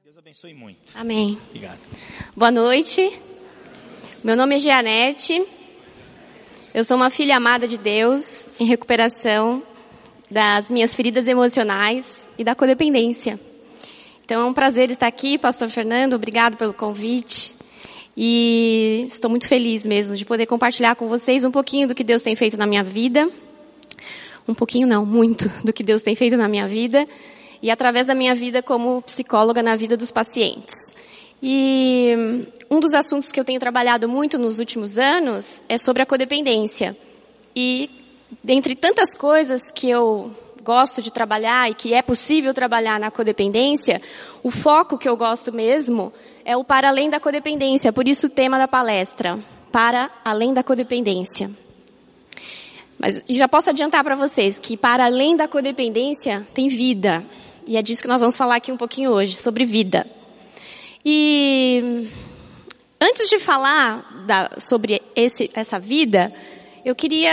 Deus abençoe muito. Amém. Obrigado. Boa noite. Meu nome é Jeanette. Eu sou uma filha amada de Deus, em recuperação das minhas feridas emocionais e da codependência. Então é um prazer estar aqui, Pastor Fernando. Obrigado pelo convite. E estou muito feliz mesmo de poder compartilhar com vocês um pouquinho do que Deus tem feito na minha vida. Um pouquinho não, muito do que Deus tem feito na minha vida. E através da minha vida como psicóloga na vida dos pacientes. E um dos assuntos que eu tenho trabalhado muito nos últimos anos é sobre a codependência. E dentre tantas coisas que eu gosto de trabalhar e que é possível trabalhar na codependência, o foco que eu gosto mesmo é o para além da codependência. Por isso o tema da palestra, para além da codependência. Mas já posso adiantar para vocês que para além da codependência tem vida. E é disso que nós vamos falar aqui um pouquinho hoje, sobre vida. E antes de falar sobre essa vida, eu queria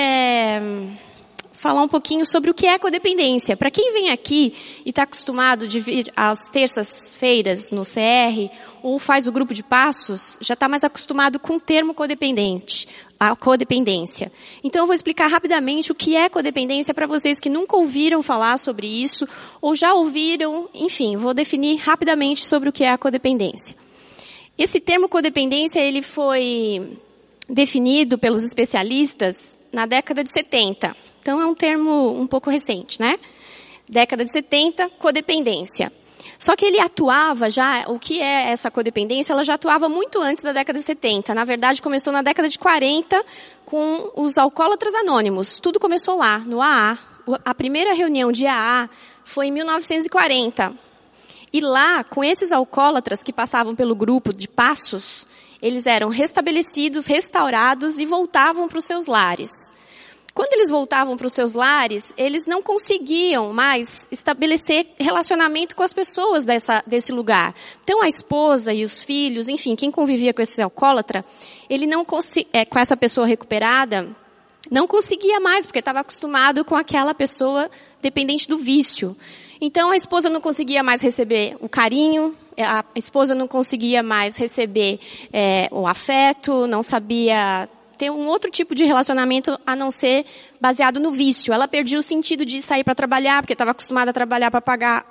falar um pouquinho sobre o que é codependência. Para quem vem aqui e está acostumado de vir às terças-feiras no CR, ou faz o grupo de passos, já está mais acostumado com o termo codependente, a codependência. Então eu vou explicar rapidamente o que é codependência para vocês que nunca ouviram falar sobre isso, ou já ouviram, enfim, vou definir rapidamente sobre o que é a codependência. Esse termo codependência, ele foi definido pelos especialistas na década de 70. Então é um termo um pouco recente, né? Década de 70, codependência. Só que ele atuava já, o que é essa codependência, ela já atuava muito antes da década de 70. Na verdade, começou na década de 40 com os alcoólatras anônimos. Tudo começou lá, no AA. A primeira reunião de AA foi em 1940. E lá, com esses alcoólatras que passavam pelo grupo de passos, eles eram restabelecidos, restaurados e voltavam para os seus lares. Quando eles voltavam para os seus lares, eles não conseguiam mais estabelecer relacionamento com as pessoas desse lugar. Então a esposa e os filhos, enfim, quem convivia com esse alcoólatra, ele não com essa pessoa recuperada, não conseguia mais, porque estava acostumado com aquela pessoa dependente do vício. Então a esposa não conseguia mais receber o carinho, a esposa não conseguia mais receber o afeto, não sabia ter um outro tipo de relacionamento a não ser baseado no vício. Ela perdia o sentido de sair para trabalhar, porque estava acostumada a trabalhar para pagar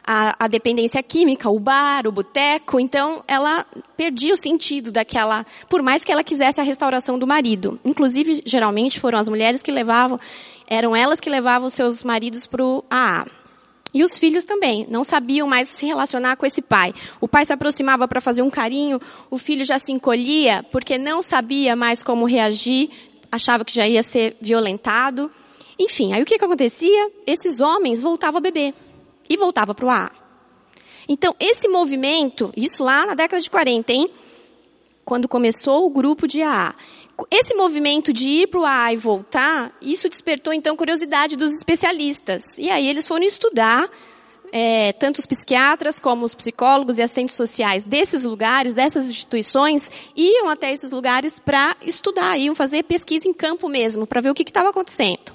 a dependência química, o bar, o boteco. Então, ela perdia o sentido daquela, por mais que ela quisesse a restauração do marido. Inclusive, geralmente, foram as mulheres que eram elas que levavam seus maridos para o AA. E os filhos também, não sabiam mais se relacionar com esse pai. O pai se aproximava para fazer um carinho, o filho já se encolhia porque não sabia mais como reagir, achava que já ia ser violentado. Enfim, aí o que acontecia? Esses homens voltavam a beber e voltavam para o AA. Então, esse movimento, isso lá na década de 40, hein? Quando começou o grupo de AA. Esse movimento de ir para o AA e voltar, isso despertou então curiosidade dos especialistas. E aí eles foram estudar, tanto os psiquiatras como os psicólogos e assistentes sociais desses lugares, dessas instituições, iam até esses lugares para estudar, iam fazer pesquisa em campo mesmo, para ver o que estava acontecendo.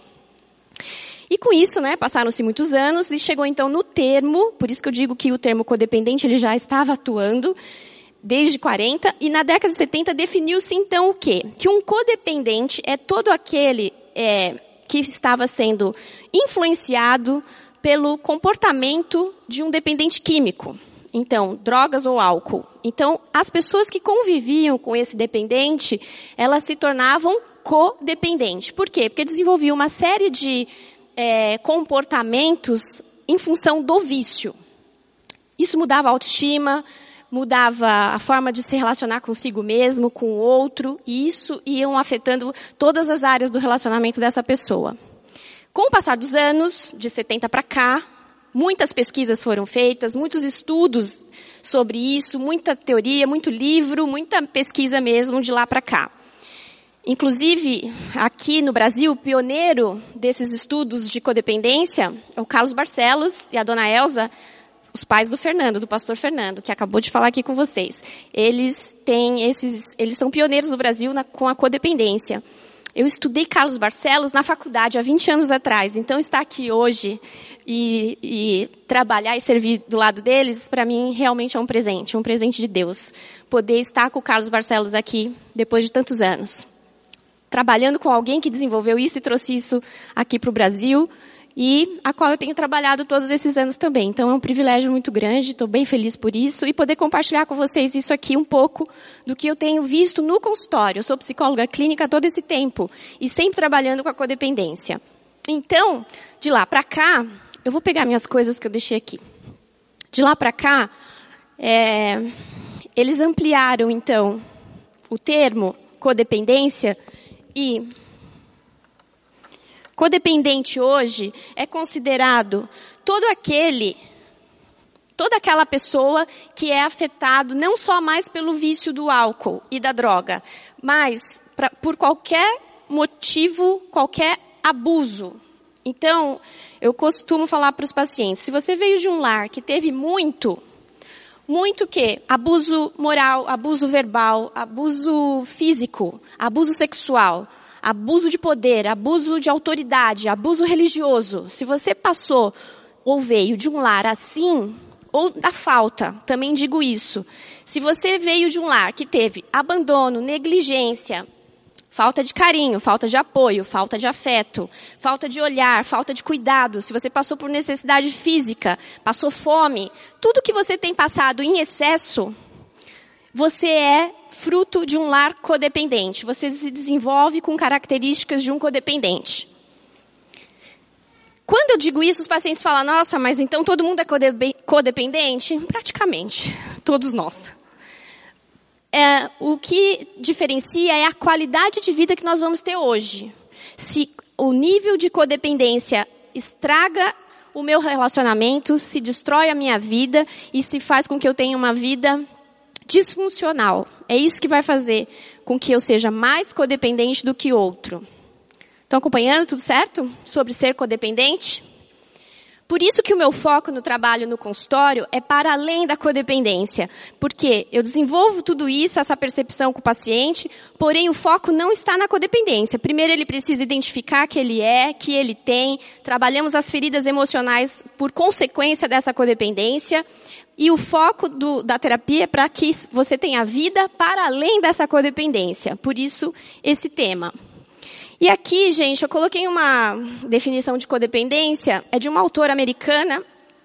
E com isso, né, passaram-se muitos anos e chegou então no termo, por isso que eu digo que o termo codependente ele já estava atuando, desde 40, e na década de 70 definiu-se então o quê? Que um codependente é todo aquele que estava sendo influenciado pelo comportamento de um dependente químico. Então, drogas ou álcool. Então, as pessoas que conviviam com esse dependente, elas se tornavam codependentes. Por quê? Porque desenvolviam uma série de comportamentos em função do vício. Isso mudava a autoestima, mudava a forma de se relacionar consigo mesmo, com o outro, e isso iam afetando todas as áreas do relacionamento dessa pessoa. Com o passar dos anos, de 70 para cá, muitas pesquisas foram feitas, muitos estudos sobre isso, muita teoria, muito livro, muita pesquisa mesmo de lá para cá. Inclusive, aqui no Brasil, o pioneiro desses estudos de codependência é o Carlos Barcelos e a dona Elza, os pais do Fernando, do pastor Fernando, que acabou de falar aqui com vocês. Eles são pioneiros no Brasil com a codependência. Eu estudei Carlos Barcelos na faculdade há 20 anos atrás, então estar aqui hoje e trabalhar e servir do lado deles, para mim, realmente é um presente de Deus. Poder estar com o Carlos Barcelos aqui, depois de tantos anos. Trabalhando com alguém que desenvolveu isso e trouxe isso aqui para o Brasil, e a qual eu tenho trabalhado todos esses anos também. Então é um privilégio muito grande, estou bem feliz por isso, e poder compartilhar com vocês isso aqui, um pouco do que eu tenho visto no consultório. Eu sou psicóloga clínica todo esse tempo, e sempre trabalhando com a codependência. Então, de lá para cá, eu vou pegar minhas coisas que eu deixei aqui. De lá para cá, eles ampliaram, então, o termo codependência, e codependente hoje é considerado toda aquela pessoa que é afetado não só mais pelo vício do álcool e da droga, mas por qualquer motivo, qualquer abuso. Então, eu costumo falar para os pacientes, se você veio de um lar que teve muito que? Abuso moral, abuso verbal, abuso físico, abuso sexual, abuso de poder, abuso de autoridade, abuso religioso. Se você passou ou veio de um lar assim, ou da falta, também digo isso. Se você veio de um lar que teve abandono, negligência, falta de carinho, falta de apoio, falta de afeto, falta de olhar, falta de cuidado. Se você passou por necessidade física, passou fome, tudo que você tem passado em excesso, você é fruto de um lar codependente. Você se desenvolve com características de um codependente. Quando eu digo isso, os pacientes falam, nossa, mas então todo mundo é codependente? Praticamente, todos nós. O que diferencia é a qualidade de vida que nós vamos ter hoje. Se o nível de codependência estraga o meu relacionamento, se destrói a minha vida e se faz com que eu tenha uma vida disfuncional. É isso que vai fazer com que eu seja mais codependente do que outro. Estão acompanhando tudo certo? Sobre ser codependente? Por isso que o meu foco no trabalho no consultório é para além da codependência. Porque eu desenvolvo tudo isso, essa percepção com o paciente, porém o foco não está na codependência. Primeiro ele precisa identificar que ele tem. Trabalhamos as feridas emocionais por consequência dessa codependência. E o foco da terapia é para que você tenha vida para além dessa codependência. Por isso, esse tema. E aqui, gente, eu coloquei uma definição de codependência, é de uma autora americana,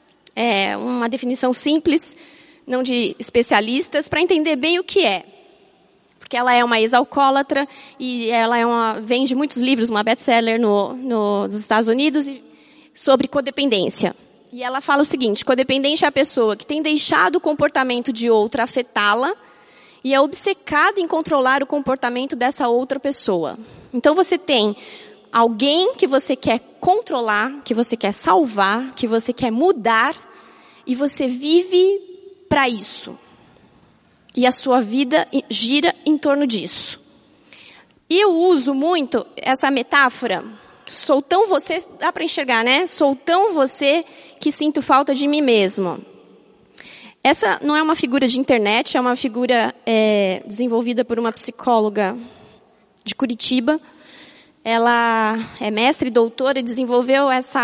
uma definição simples, não de especialistas, para entender bem o que é. Porque ela é uma ex-alcoólatra e ela vende muitos livros, uma best-seller nos Estados Unidos, sobre codependência. E ela fala o seguinte, codependente é a pessoa que tem deixado o comportamento de outra afetá-la e é obcecada em controlar o comportamento dessa outra pessoa. Então você tem alguém que você quer controlar, que você quer salvar, que você quer mudar, e você vive para isso. E a sua vida gira em torno disso. E eu uso muito essa metáfora, sou tão você, dá para enxergar, né? Sou tão você que sinto falta de mim mesmo. Essa não é uma figura de internet, é uma figura desenvolvida por uma psicóloga de Curitiba. Ela é mestre e doutora e desenvolveu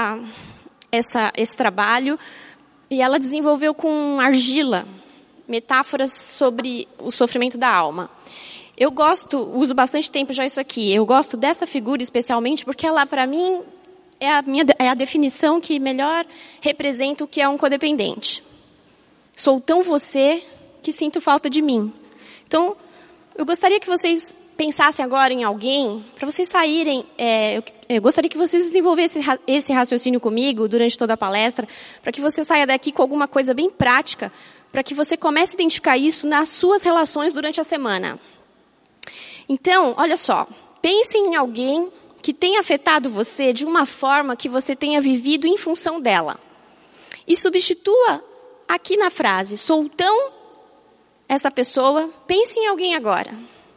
esse trabalho. E ela desenvolveu com argila, metáforas sobre o sofrimento da alma. Eu uso bastante tempo já isso aqui. Eu gosto dessa figura especialmente porque ela, para mim, é a definição que melhor representa o que é um codependente. Sou tão você que sinto falta de mim. Então, eu gostaria que vocês pensassem agora em alguém, para vocês saírem, eu gostaria que vocês desenvolvessem esse raciocínio comigo durante toda a palestra, para que você saia daqui com alguma coisa bem prática, para que você comece a identificar isso nas suas relações durante a semana. Então, olha só, pense em alguém que tenha afetado você de uma forma que você tenha vivido em função dela. E substitua aqui na frase, sou tão essa pessoa, pense em alguém agora,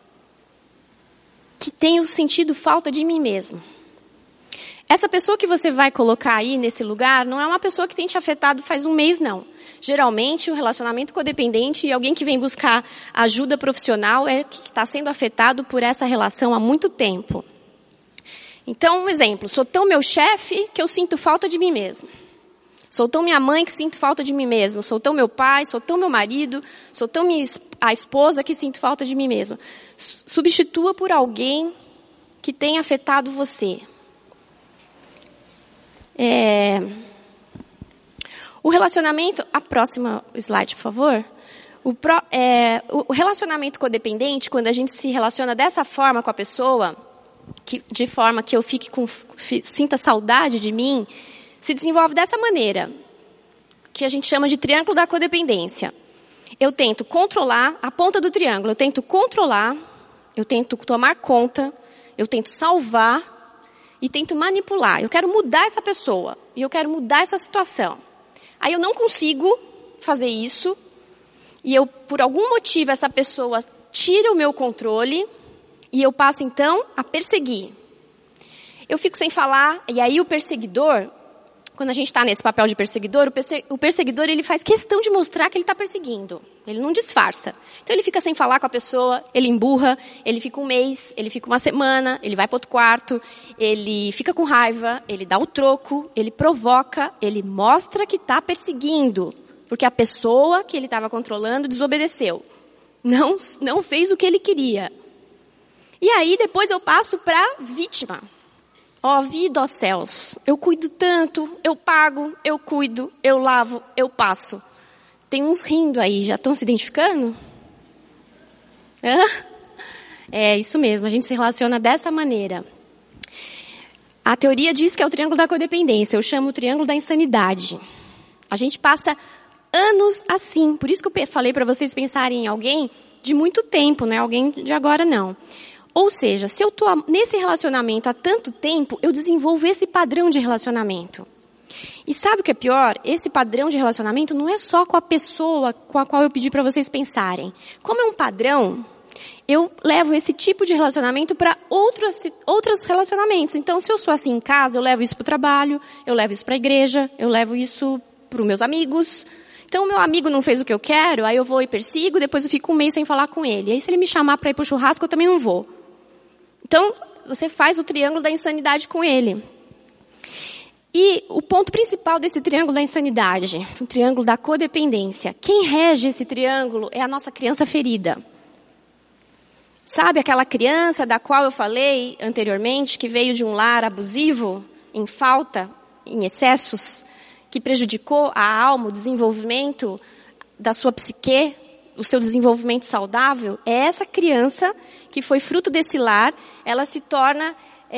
que tenho sentido falta de mim mesmo. Essa pessoa que você vai colocar aí nesse lugar, não é uma pessoa que tem te afetado faz um mês, não. Geralmente, o relacionamento codependente e alguém que vem buscar ajuda profissional é que está sendo afetado por essa relação há muito tempo. Então, um exemplo, sou tão meu chefe que eu sinto falta de mim mesmo. Sou tão minha mãe que sinto falta de mim mesma. Sou tão meu pai, sou tão meu marido, sou tão a esposa que sinto falta de mim mesma. Substitua por alguém que tenha afetado você. O relacionamento... A próxima slide, por favor. O relacionamento codependente, quando a gente se relaciona dessa forma com a pessoa, de forma que eu sinta saudade de mim, se desenvolve dessa maneira, que a gente chama de triângulo da codependência. Eu tento controlar a ponta do triângulo, eu tento controlar, eu tento tomar conta, eu tento salvar e tento manipular. Eu quero mudar essa pessoa e eu quero mudar essa situação. Aí eu não consigo fazer isso e eu, por algum motivo, essa pessoa tira o meu controle e eu passo então a perseguir. Eu fico sem falar e aí o perseguidor... Quando a gente está nesse papel de perseguidor, o perseguidor ele faz questão de mostrar que ele está perseguindo. Ele não disfarça. Então ele fica sem falar com a pessoa, ele emburra, ele fica um mês, ele fica uma semana, ele vai para outro quarto, ele fica com raiva, ele dá o troco, ele provoca, ele mostra que está perseguindo. Porque a pessoa que ele estava controlando desobedeceu. Não fez o que ele queria. E aí depois eu passo para a vítima. Ó vida, ó céus, eu cuido tanto, eu pago, eu cuido, eu lavo, eu passo. Tem uns rindo aí, já estão se identificando? É isso mesmo, a gente se relaciona dessa maneira. A teoria diz que é o triângulo da codependência, eu chamo o triângulo da insanidade. A gente passa anos assim, por isso que eu falei para vocês pensarem em alguém de muito tempo, não é alguém de agora não. Ou seja, se eu estou nesse relacionamento há tanto tempo, eu desenvolvo esse padrão de relacionamento. E sabe o que é pior? Esse padrão de relacionamento não é só com a pessoa com a qual eu pedi para vocês pensarem. Como é um padrão, eu levo esse tipo de relacionamento para outros relacionamentos. Então, se eu sou assim em casa, eu levo isso para o trabalho, eu levo isso para a igreja, eu levo isso para os meus amigos. Então, o meu amigo não fez o que eu quero, aí eu vou e persigo, depois eu fico um mês sem falar com ele. Aí, se ele me chamar para ir para o churrasco, eu também não vou. Então, você faz o triângulo da insanidade com ele. E o ponto principal desse triângulo da insanidade, o triângulo da codependência. Quem rege esse triângulo é a nossa criança ferida. Sabe aquela criança da qual eu falei anteriormente, que veio de um lar abusivo, em falta, em excessos, que prejudicou a alma, o desenvolvimento da sua psique, o seu desenvolvimento saudável? É essa criança que foi fruto desse lar, ela se torna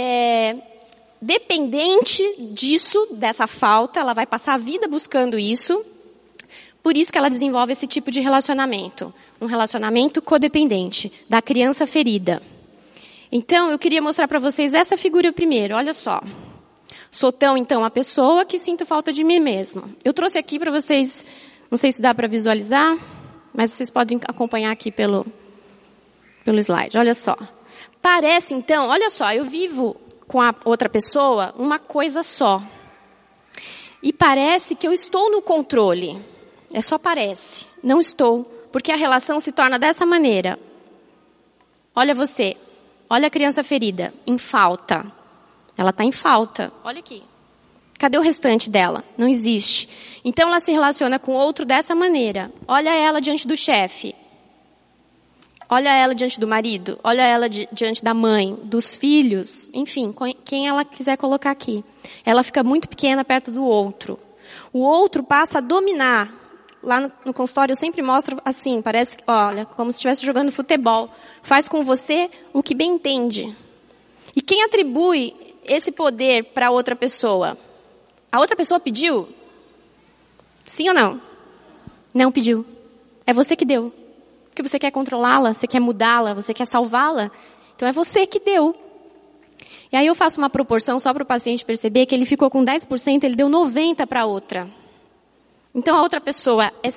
dependente disso, dessa falta, ela vai passar a vida buscando isso, por isso que ela desenvolve esse tipo de relacionamento, um relacionamento codependente, da criança ferida. Então, eu queria mostrar para vocês essa figura primeiro, olha só. Sou tão, então, a pessoa que sinto falta de mim mesma. Eu trouxe aqui para vocês, não sei se dá para visualizar, mas vocês podem acompanhar aqui pelo slide. Olha só. Parece, então, olha só, eu vivo com a outra pessoa uma coisa só. E parece que eu estou no controle. É só parece. Não estou. Porque a relação se torna dessa maneira. Olha você. Olha a criança ferida. Em falta. Ela está em falta. Olha aqui. Cadê o restante dela? Não existe. Então ela se relaciona com o outro dessa maneira. Olha ela diante do chefe. Olha ela diante do marido. Olha ela diante da mãe, dos filhos. Enfim, quem ela quiser colocar aqui. Ela fica muito pequena perto do outro. O outro passa a dominar. Lá no consultório eu sempre mostro assim, parece, olha, como se estivesse jogando futebol. Faz com você o que bem entende. E quem atribui esse poder para outra pessoa? A outra pessoa pediu? Sim ou não? Não pediu. É você que deu. Porque você quer controlá-la, você quer mudá-la, você quer salvá-la. Então é você que deu. E aí eu faço uma proporção só para o paciente perceber que ele ficou com 10%, ele deu 90% para a outra. Então a outra pessoa é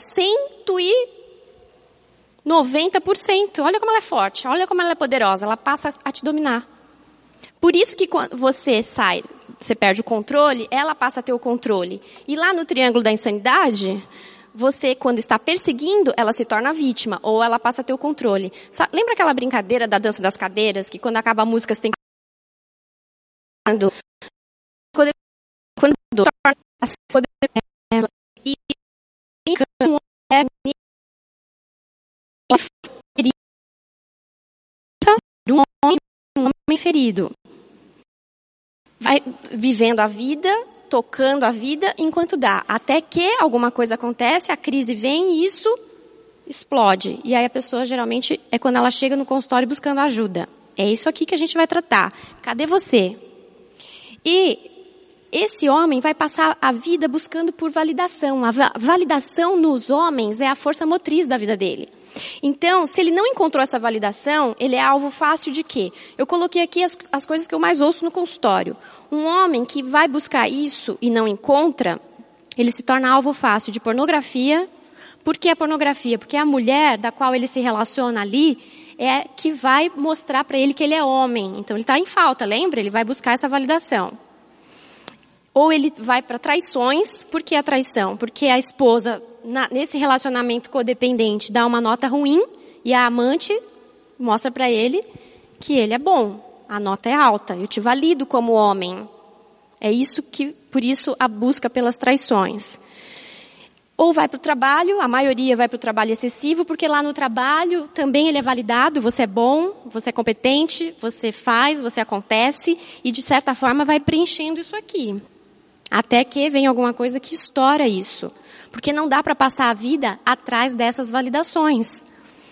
190%. Olha como ela é forte, olha como ela é poderosa. Ela passa a te dominar. Por isso que quando você sai, você perde o controle, ela passa a ter o controle. E lá no triângulo da insanidade, você, quando está perseguindo, ela se torna vítima, ou ela passa a ter o controle. Lembra aquela brincadeira da dança das cadeiras, que quando acaba a música você tem que... Quando ferido. Vai vivendo a vida, tocando a vida enquanto dá. Até que alguma coisa acontece, a crise vem e isso explode. E aí a pessoa geralmente é quando ela chega no consultório buscando ajuda. É isso aqui que a gente vai tratar. Cadê você? E esse homem vai passar a vida buscando por validação. A validação nos homens é a força motriz da vida dele. Então, se ele não encontrou essa validação, ele é alvo fácil de quê? Eu coloquei aqui as coisas que eu mais ouço no consultório. Um homem que vai buscar isso e não encontra, ele se torna alvo fácil de pornografia. Por que a pornografia? Porque a mulher da qual ele se relaciona ali é que vai mostrar para ele que ele é homem. Então, ele está em falta, lembra? Ele vai buscar essa validação. Ou ele vai para traições. Por que a traição? Porque a esposa, nesse relacionamento codependente, dá uma nota ruim e a amante mostra para ele que ele é bom. A nota é alta, eu te valido como homem. É isso que, por isso, a busca pelas traições. Ou vai para o trabalho, a maioria vai para o trabalho excessivo, porque lá no trabalho também ele é validado, você é bom, você é competente, você faz, você acontece, e de certa forma vai preenchendo isso aqui. Até que vem alguma coisa que estoura isso. Porque não dá para passar a vida atrás dessas validações.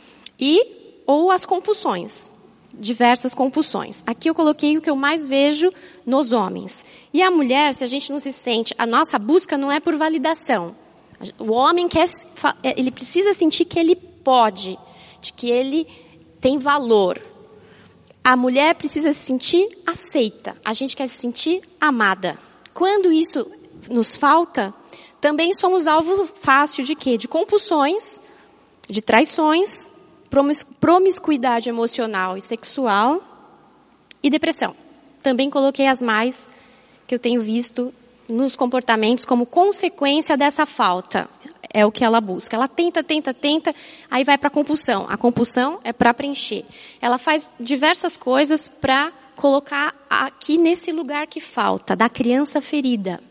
Ou as compulsões. Diversas compulsões. Aqui eu coloquei o que eu mais vejo nos homens. E a mulher, se a gente não se sente, a nossa busca não é por validação. O homem ele precisa sentir que ele pode, de que ele tem valor. A mulher precisa se sentir aceita. A gente quer se sentir amada. Quando isso nos falta, também somos alvo fácil de quê? De compulsões, de traições, promiscuidade emocional e sexual e depressão. Também coloquei as mais que eu tenho visto nos comportamentos como consequência dessa falta. É o que ela busca. Ela tenta, aí vai para a compulsão. A compulsão é para preencher. Ela faz diversas coisas para colocar aqui nesse lugar que falta, da criança ferida.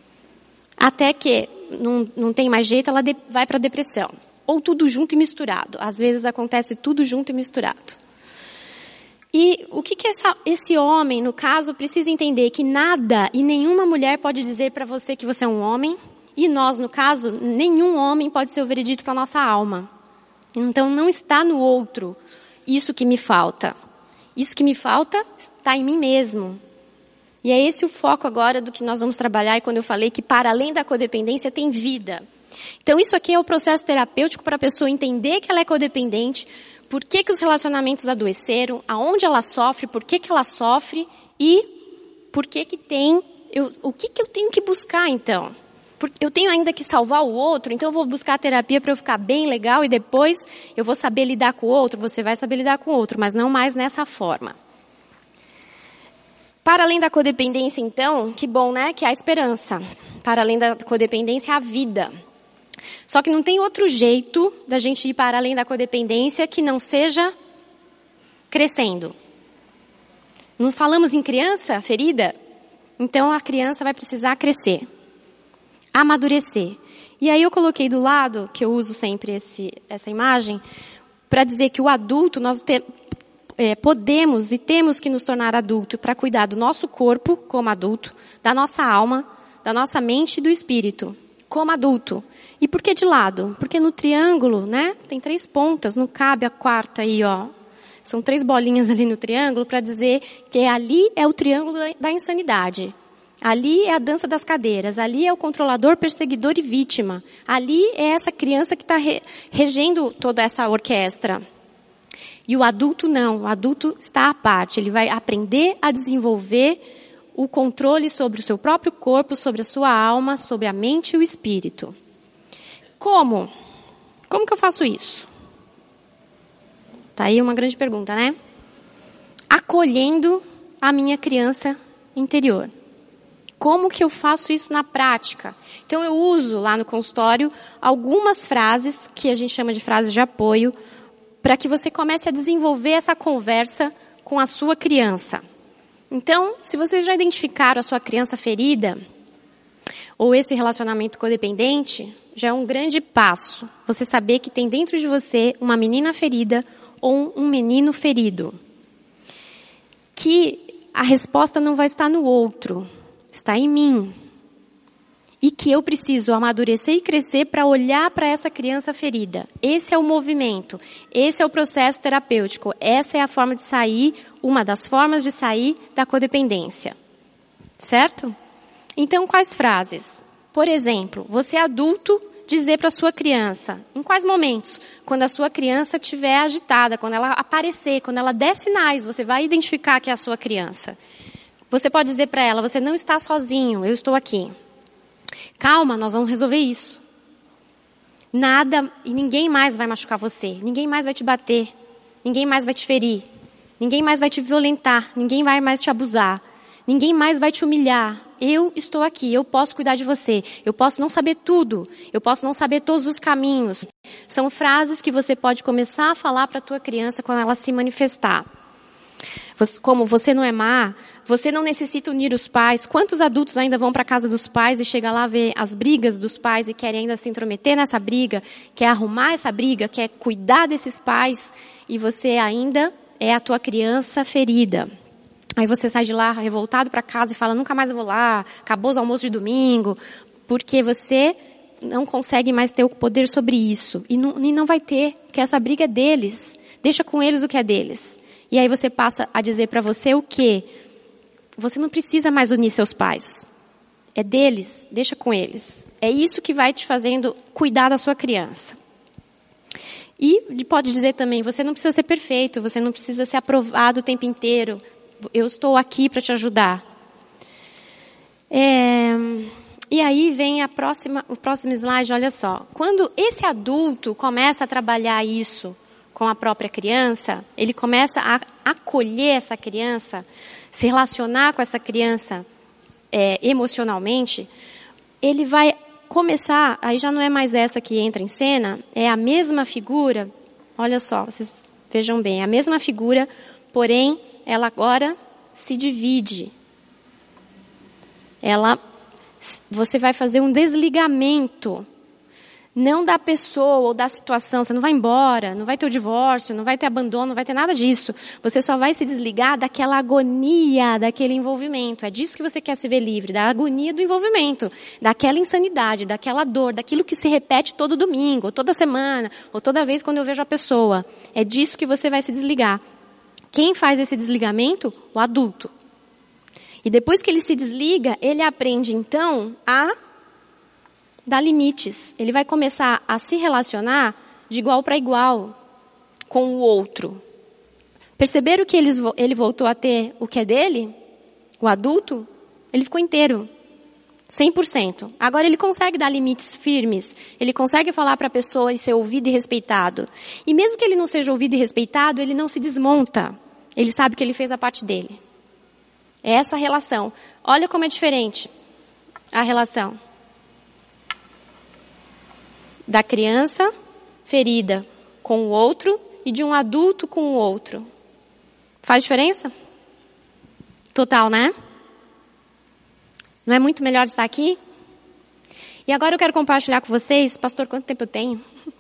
Até que não tem mais jeito, ela vai para a depressão. Ou tudo junto e misturado. Às vezes acontece tudo junto e misturado. E o que esse homem, no caso, precisa entender? Que nada e nenhuma mulher pode dizer para você que você é um homem. E nós, no caso, nenhum homem pode ser o veredito para a nossa alma. Então não está no outro isso que me falta. Isso que me falta está em mim mesmo. E é esse o foco agora do que nós vamos trabalhar. E quando eu falei que para além da codependência tem vida. Então isso aqui é o processo terapêutico para a pessoa entender que ela é codependente, por que os relacionamentos adoeceram, aonde ela sofre, por que ela sofre e por que tem... o que eu tenho que buscar então? Porque eu tenho ainda que salvar o outro, então eu vou buscar a terapia para eu ficar bem legal e depois eu vou saber lidar com o outro, você vai saber lidar com o outro, mas não mais nessa forma. Para além da codependência, então, que bom, né? Que há esperança. Para além da codependência, há vida. Só que não tem outro jeito da gente ir para além da codependência que não seja crescendo. Não falamos em criança ferida? Então a criança vai precisar crescer. Amadurecer. E aí eu coloquei do lado, que eu uso sempre essa imagem, para dizer que o adulto, nós podemos e temos que nos tornar adulto para cuidar do nosso corpo como adulto, da nossa alma, da nossa mente e do espírito como adulto. E por que de lado? Porque no triângulo, né, tem 3 pontas, não cabe a quarta aí, ó. São 3 bolinhas ali no triângulo para dizer que ali é o triângulo da insanidade. Ali é a dança das cadeiras, ali é o controlador, perseguidor e vítima. Ali é essa criança que está regendo toda essa orquestra. E o adulto não, o adulto está à parte, ele vai aprender a desenvolver o controle sobre o seu próprio corpo, sobre a sua alma, sobre a mente e o espírito. Como? Como que eu faço isso? Tá aí uma grande pergunta, né? Acolhendo a minha criança interior. Como que eu faço isso na prática? Então eu uso lá no consultório algumas frases, que a gente chama de frases de apoio, para que você comece a desenvolver essa conversa com a sua criança. Então, se vocês já identificaram a sua criança ferida, ou esse relacionamento codependente, já é um grande passo. Você saber que tem dentro de você uma menina ferida ou um menino ferido. que a resposta não vai estar no outro, está em mim. E que eu preciso amadurecer e crescer para olhar para essa criança ferida. Esse é o movimento, esse é o processo terapêutico, essa é a forma de sair, uma das formas de sair da codependência. Certo? Então, quais frases? Por exemplo, você adulto dizer para a sua criança, em quais momentos? Quando a sua criança estiver agitada, quando ela aparecer, quando ela der sinais, você vai identificar que é a sua criança. Você pode dizer para ela, você não está sozinho, eu estou aqui. Calma, nós vamos resolver isso. Nada e ninguém mais vai machucar você. Ninguém mais vai te bater. Ninguém mais vai te ferir. Ninguém mais vai te violentar. Ninguém vai mais te abusar. Ninguém mais vai te humilhar. Eu estou aqui, eu posso cuidar de você. Eu posso não saber tudo. Eu posso não saber todos os caminhos. São frases que você pode começar a falar para a tua criança quando ela se manifestar. Como você não é má, você não necessita unir os pais. Quantos adultos ainda vão para a casa dos pais e chegam lá ver as brigas dos pais e querem ainda se intrometer nessa briga, quer arrumar essa briga, quer cuidar desses pais e você ainda é a tua criança ferida. Aí você sai de lá revoltado para casa e fala, nunca mais eu vou lá, acabou os almoços de domingo, porque você não consegue mais ter o poder sobre isso. E não vai ter, porque essa briga é deles. Deixa com eles o que é deles. E aí você passa a dizer para você o quê? Você não precisa mais unir seus pais. É deles, deixa com eles. É isso que vai te fazendo cuidar da sua criança. E pode dizer também, você não precisa ser perfeito, você não precisa ser aprovado o tempo inteiro. Eu estou aqui para te ajudar. E aí vem o próximo slide, olha só. Quando esse adulto começa a trabalhar isso com a própria criança, ele começa a acolher essa criança, se relacionar com essa criança emocionalmente, ele vai começar, aí já não é mais essa que entra em cena, é a mesma figura, olha só, vocês vejam bem, a mesma figura, porém, ela agora se divide. Você vai fazer um desligamento, não da pessoa ou da situação, você não vai embora, não vai ter o divórcio, não vai ter abandono, não vai ter nada disso. Você só vai se desligar daquela agonia, daquele envolvimento. É disso que você quer se ver livre, da agonia do envolvimento, daquela insanidade, daquela dor, daquilo que se repete todo domingo, ou toda semana, ou toda vez quando eu vejo a pessoa. É disso que você vai se desligar. Quem faz esse desligamento? O adulto. E depois que ele se desliga, ele aprende então a dar limites. Ele vai começar a se relacionar de igual para igual com o outro. Perceberam que ele voltou a ter o que é dele? O adulto? Ele ficou inteiro. 100%. Agora ele consegue dar limites firmes. Ele consegue falar para a pessoa e ser ouvido e respeitado. E mesmo que ele não seja ouvido e respeitado, ele não se desmonta. Ele sabe que ele fez a parte dele. É essa relação. Olha como é diferente a relação da criança ferida com o outro e de um adulto com o outro. Faz diferença? Total, né? Não é muito melhor estar aqui? E agora eu quero compartilhar com vocês, pastor, quanto tempo eu tenho?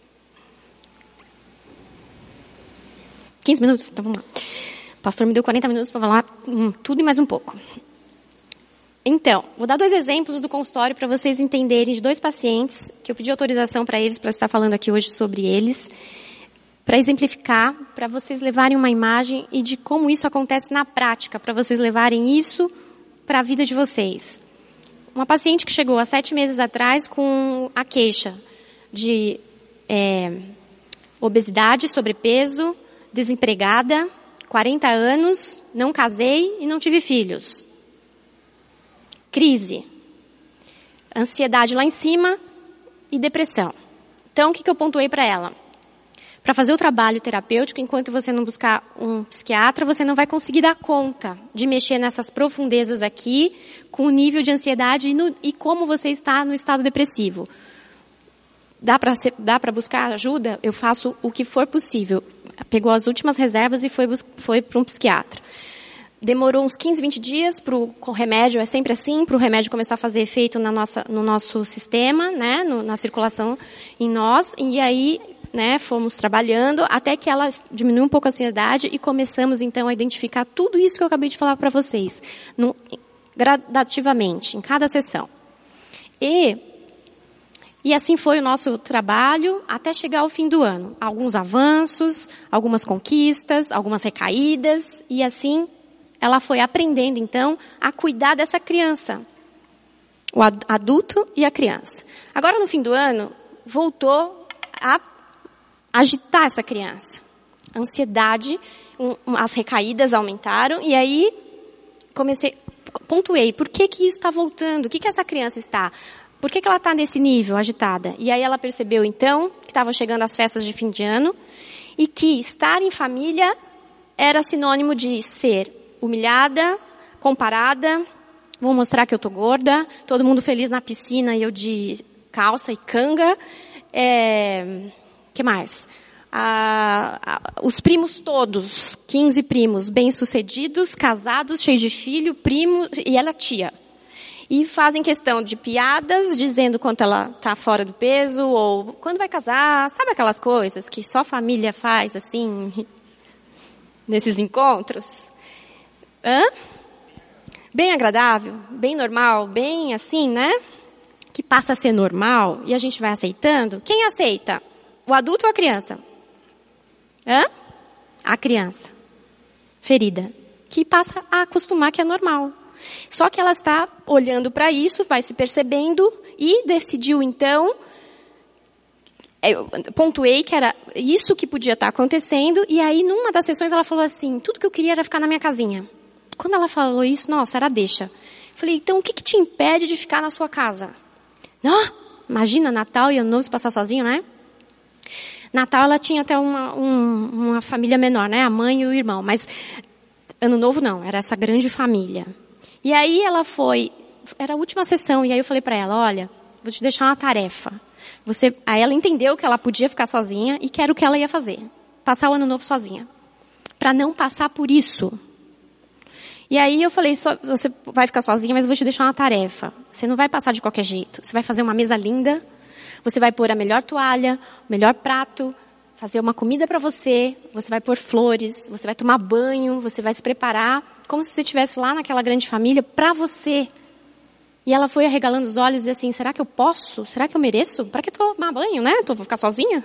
15 minutos? Então vamos lá. O pastor me deu 40 minutos para falar tudo e mais um pouco. Então, vou dar 2 exemplos do consultório para vocês entenderem de 2 pacientes, que eu pedi autorização para eles, para estar falando aqui hoje sobre eles, para exemplificar, para vocês levarem uma imagem e de como isso acontece na prática, para vocês levarem isso para a vida de vocês. Uma paciente que chegou há 7 meses atrás com a queixa de obesidade, sobrepeso, desempregada, 40 anos, não casei e não tive filhos. Crise, ansiedade lá em cima e depressão. Então, o que eu pontuei para ela? Para fazer o trabalho terapêutico, enquanto você não buscar um psiquiatra, você não vai conseguir dar conta de mexer nessas profundezas aqui, com o nível de ansiedade e como você está no estado depressivo. Dá para buscar ajuda? Eu faço o que for possível. Pegou as últimas reservas e foi para um psiquiatra. demorou uns 15, 20 dias para o remédio, é sempre assim, para o remédio começar a fazer efeito no nosso sistema, né, na circulação em nós. E aí, né, fomos trabalhando até que ela diminuiu um pouco a ansiedade e começamos, então, a identificar tudo isso que eu acabei de falar para vocês, gradativamente, em cada sessão. E assim foi o nosso trabalho até chegar ao fim do ano. Alguns avanços, algumas conquistas, algumas recaídas, e assim ela foi aprendendo, então, a cuidar dessa criança. O adulto e a criança. Agora, no fim do ano, voltou a agitar essa criança. A ansiedade, as recaídas aumentaram, e aí pontuei, por que isso está voltando? O que essa criança está? Por que ela está nesse nível, agitada? E aí ela percebeu, então, que estavam chegando as festas de fim de ano e que estar em família era sinônimo de ser humilhada, comparada, vou mostrar que eu estou gorda, todo mundo feliz na piscina e eu de calça e canga. Que mais? Os primos todos, 15 primos, bem-sucedidos, casados, cheios de filho, primo, e ela tia. E fazem questão de piadas, dizendo quanto ela está fora do peso, ou quando vai casar, sabe aquelas coisas que só família faz, assim, nesses encontros? Bem agradável, bem normal, bem assim, né? Que passa a ser normal e a gente vai aceitando. Quem aceita? O adulto ou a criança? A criança. Ferida. Que passa a acostumar que é normal. Só que ela está olhando para isso, vai se percebendo e decidiu então, eu pontuei que era isso que podia estar acontecendo, e aí numa das sessões ela falou assim, tudo que eu queria era ficar na minha casinha. Quando ela falou isso, nossa, era deixa. Falei, então o que te impede de ficar na sua casa? Imagina Natal e Ano Novo se passar sozinho, né? Natal ela tinha até uma família menor, né? A mãe e o irmão, mas Ano Novo não, era essa grande família. E aí ela era a última sessão, e aí eu falei para ela, olha, vou te deixar uma tarefa. Aí ela entendeu que ela podia ficar sozinha e que era o que ela ia fazer. Passar o Ano Novo sozinha. Para não passar por isso. E aí eu falei, você vai ficar sozinha, mas eu vou te deixar uma tarefa. Você não vai passar de qualquer jeito. Você vai fazer uma mesa linda, você vai pôr a melhor toalha, o melhor prato, fazer uma comida para você vai pôr flores, você vai tomar banho, você vai se preparar, como se você estivesse lá naquela grande família, para você. E ela foi arregalando os olhos e disse assim, será que eu posso? Será que eu mereço? Para que tomar banho, né? Vou ficar sozinha?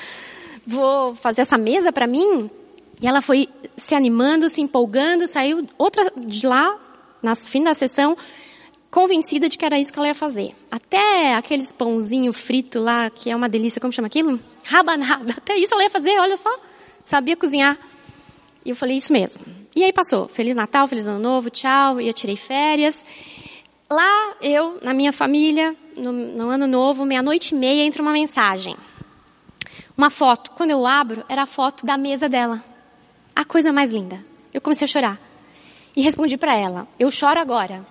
Vou fazer essa mesa para mim? E ela foi se animando, se empolgando, saiu outra de lá, no fim da sessão, convencida de que era isso que ela ia fazer. Até aqueles pãozinho frito lá, que é uma delícia, como chama aquilo? Rabanada. Até isso ela ia fazer, olha só. Sabia cozinhar. E eu falei, isso mesmo. E aí passou. Feliz Natal, Feliz Ano Novo, tchau. E eu tirei férias. Lá, eu, na minha família, no Ano Novo, 00:30, entra uma mensagem. Uma foto. Quando eu abro, era a foto da mesa dela. A coisa mais linda. Eu comecei a chorar. E respondi para ela, eu choro agora.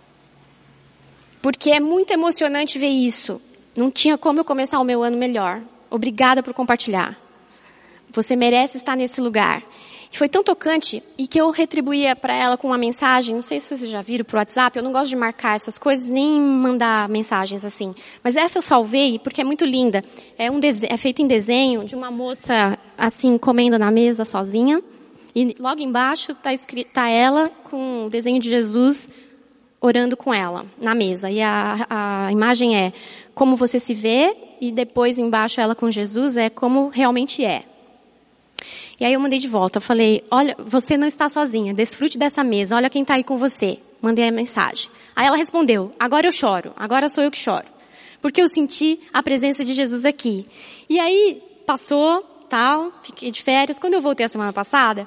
Porque é muito emocionante ver isso. Não tinha como eu começar o meu ano melhor. Obrigada por compartilhar. Você merece estar nesse lugar. E foi tão tocante e que eu retribuía para ela com uma mensagem. Não sei se vocês já viram por WhatsApp. Eu não gosto de marcar essas coisas, nem mandar mensagens assim. Mas essa eu salvei porque é muito linda. É feito em desenho de uma moça assim comendo na mesa sozinha. E logo embaixo tá ela com o desenho de Jesus orando com ela na mesa. E a imagem é como você se vê e depois embaixo ela com Jesus é como realmente é. E aí eu mandei de volta. Eu falei, olha, você não está sozinha. Desfrute dessa mesa. Olha quem está aí com você. Mandei a mensagem. Aí ela respondeu, agora eu choro. Agora sou eu que choro. Porque eu senti a presença de Jesus aqui. E aí passou, tal, fiquei de férias. Quando eu voltei a semana passada,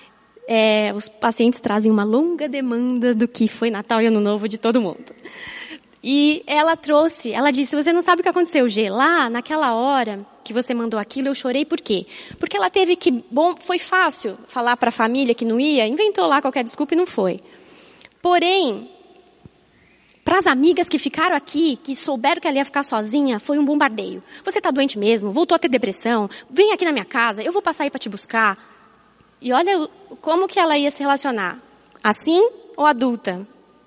os pacientes trazem uma longa demanda do que foi Natal e Ano Novo de todo mundo. E ela disse, você não sabe o que aconteceu, Gê. Lá, naquela hora que você mandou aquilo, eu chorei por quê? Porque ela teve foi fácil falar para a família que não ia, inventou lá qualquer desculpa e não foi. Porém, para as amigas que ficaram aqui, que souberam que ela ia ficar sozinha, foi um bombardeio. Você está doente mesmo, voltou a ter depressão, vem aqui na minha casa, eu vou passar aí para te buscar. E olha como que ela ia se relacionar. Assim ou adulta?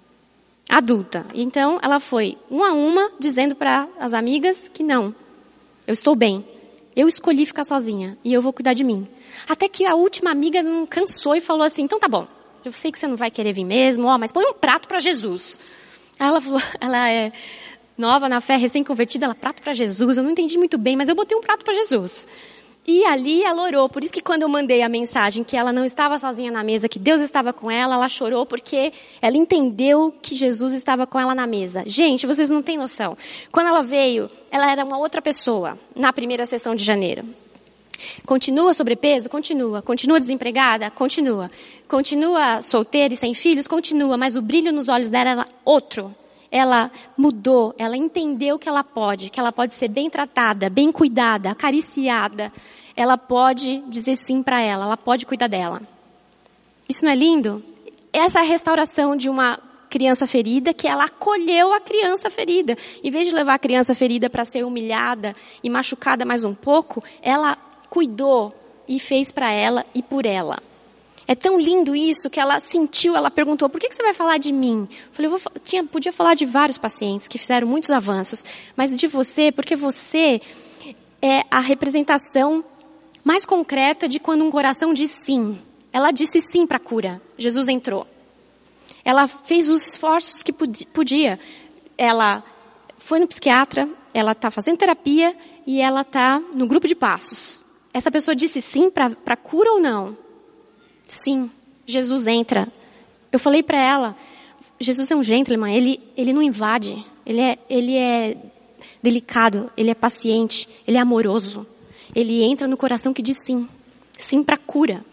Adulta. Então, ela foi uma a uma dizendo para as amigas que não. Eu estou bem. Eu escolhi ficar sozinha e eu vou cuidar de mim. Até que a última amiga não cansou e falou assim, então tá bom, eu sei que você não vai querer vir mesmo, mas põe um prato para Jesus. Aí ela falou, ela é nova na fé, recém-convertida, ela, prato para Jesus, eu não entendi muito bem, mas eu botei um prato para Jesus. E ali ela orou, por isso que quando eu mandei a mensagem que ela não estava sozinha na mesa, que Deus estava com ela chorou porque ela entendeu que Jesus estava com ela na mesa. Gente, vocês não têm noção. Quando ela veio, ela era uma outra pessoa na primeira sessão de janeiro. Continua sobrepeso? Continua. Continua desempregada? Continua. Continua solteira e sem filhos? Continua. Mas o brilho nos olhos dela era outro. Ela mudou, ela entendeu que ela pode ser bem tratada, bem cuidada, acariciada. Ela pode dizer sim para ela pode cuidar dela. Isso não é lindo? Essa é a restauração de uma criança ferida, que ela acolheu a criança ferida. Em vez de levar a criança ferida para ser humilhada e machucada mais um pouco, ela cuidou e fez para ela e por ela. É tão lindo isso que ela sentiu, ela perguntou, por que você vai falar de mim? Eu falei, podia falar de vários pacientes que fizeram muitos avanços, mas de você, porque você é a representação mais concreta de quando um coração diz sim. Ela disse sim para a cura. Jesus entrou. Ela fez os esforços que podia. Ela foi no psiquiatra, ela está fazendo terapia e ela está no grupo de passos. Essa pessoa disse sim para a cura ou não? Sim, Jesus entra. Eu falei para ela, Jesus é um gentleman, ele não invade, ele é delicado, ele é paciente, ele é amoroso. Ele entra no coração que diz sim, sim para cura.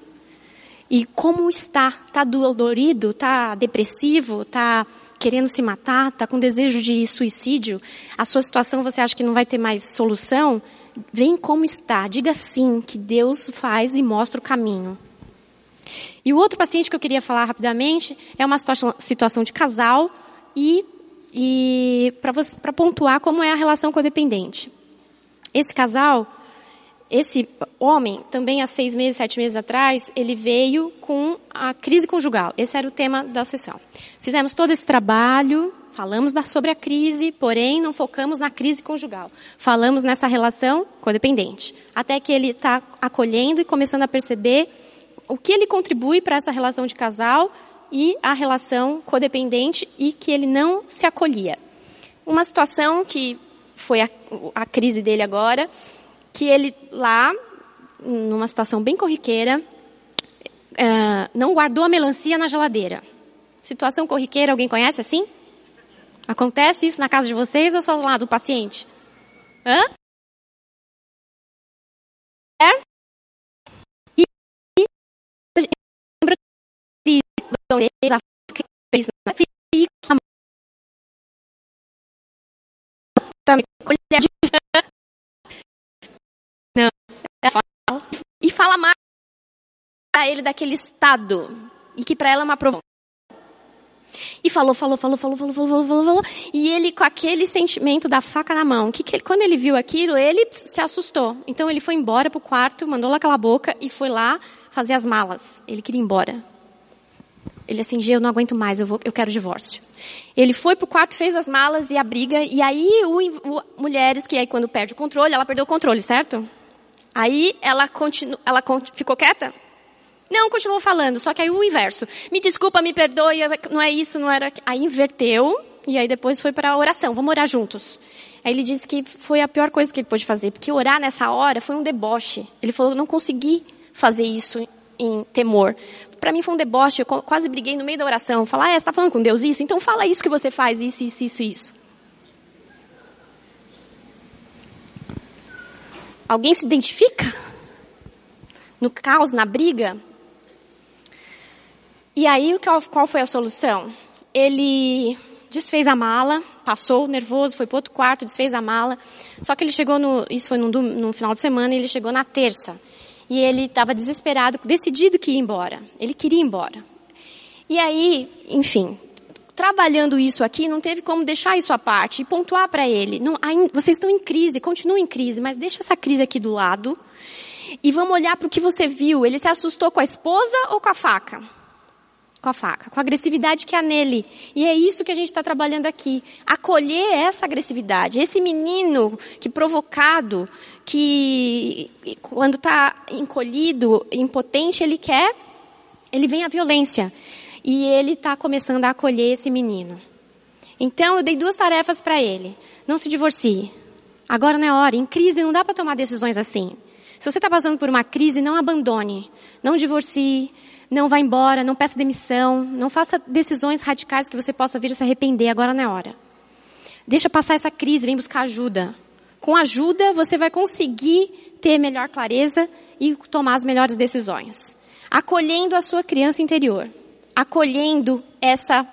E como está? Está dolorido? Está depressivo? Está querendo se matar? Está com desejo de suicídio? A sua situação você acha que não vai ter mais solução? Vem como está, diga sim, que Deus faz e mostra o caminho. E o outro paciente que eu queria falar rapidamente é uma situação de casal e para pontuar como é a relação codependente. Esse casal, esse homem, também há 6 meses, 7 meses atrás, ele veio com a crise conjugal. Esse era o tema da sessão. Fizemos todo esse trabalho, falamos sobre a crise, porém não focamos na crise conjugal. Falamos nessa relação codependente. Até que ele está acolhendo e começando a perceber o que ele contribui para essa relação de casal e a relação codependente e que ele não se acolhia. Uma situação que foi a crise dele agora, que ele lá, numa situação bem corriqueira, não guardou a melancia na geladeira. Situação corriqueira, alguém conhece assim? Acontece isso na casa de vocês ou só lá do paciente? Hã? Não. E fala mais a ele daquele estado e que para ela é uma provação. E falou. E ele com aquele sentimento da faca na mão. Quando ele viu aquilo, ele se assustou. Então ele foi embora pro quarto, mandou lá aquela boca e foi lá fazer as malas. Ele queria ir embora. Ele assim, eu não aguento mais, eu quero divórcio. Ele foi pro quarto, fez as malas e a briga. E aí, mulheres que aí quando perde o controle, ela perdeu o controle, certo? Aí ela ficou quieta? Não, continuou falando, só que aí o inverso. Me desculpa, me perdoe, não é isso, não era... Aí inverteu e aí depois foi para a oração, vamos orar juntos. Aí ele disse que foi a pior coisa que ele pôde fazer, porque orar nessa hora foi um deboche. Ele falou, eu não consegui fazer isso em temor. Para mim foi um deboche, eu quase briguei no meio da oração. Falar, você está falando com Deus isso? Então fala isso que você faz, isso. Alguém se identifica? No caos, na briga? E aí, qual foi a solução? Ele desfez a mala, passou nervoso, foi para outro quarto, desfez a mala. Só que ele chegou isso foi no final de semana, e ele chegou na terça. E ele estava desesperado, decidido que ia embora. Ele queria ir embora. E aí, enfim, trabalhando isso aqui, não teve como deixar isso à parte e pontuar para ele. Não, vocês estão em crise, continuam em crise, mas deixa essa crise aqui do lado e vamos olhar para o que você viu. Ele se assustou com a esposa ou com a faca? com a faca, com a agressividade que há nele. E é isso que a gente está trabalhando aqui. Acolher essa agressividade. Esse menino que provocado, que quando está encolhido, impotente, ele vem à violência. E ele está começando a acolher esse menino. Então, eu dei 2 tarefas para ele. Não se divorcie. Agora não é hora. Em crise não dá para tomar decisões assim. Se você está passando por uma crise, não abandone. Não divorcie. Não vá embora. Não peça demissão. Não faça decisões radicais que você possa vir a se arrepender. Agora não é hora. Deixa passar essa crise. Vem buscar ajuda. Com ajuda, você vai conseguir ter melhor clareza e tomar as melhores decisões. Acolhendo a sua criança interior. Acolhendo essa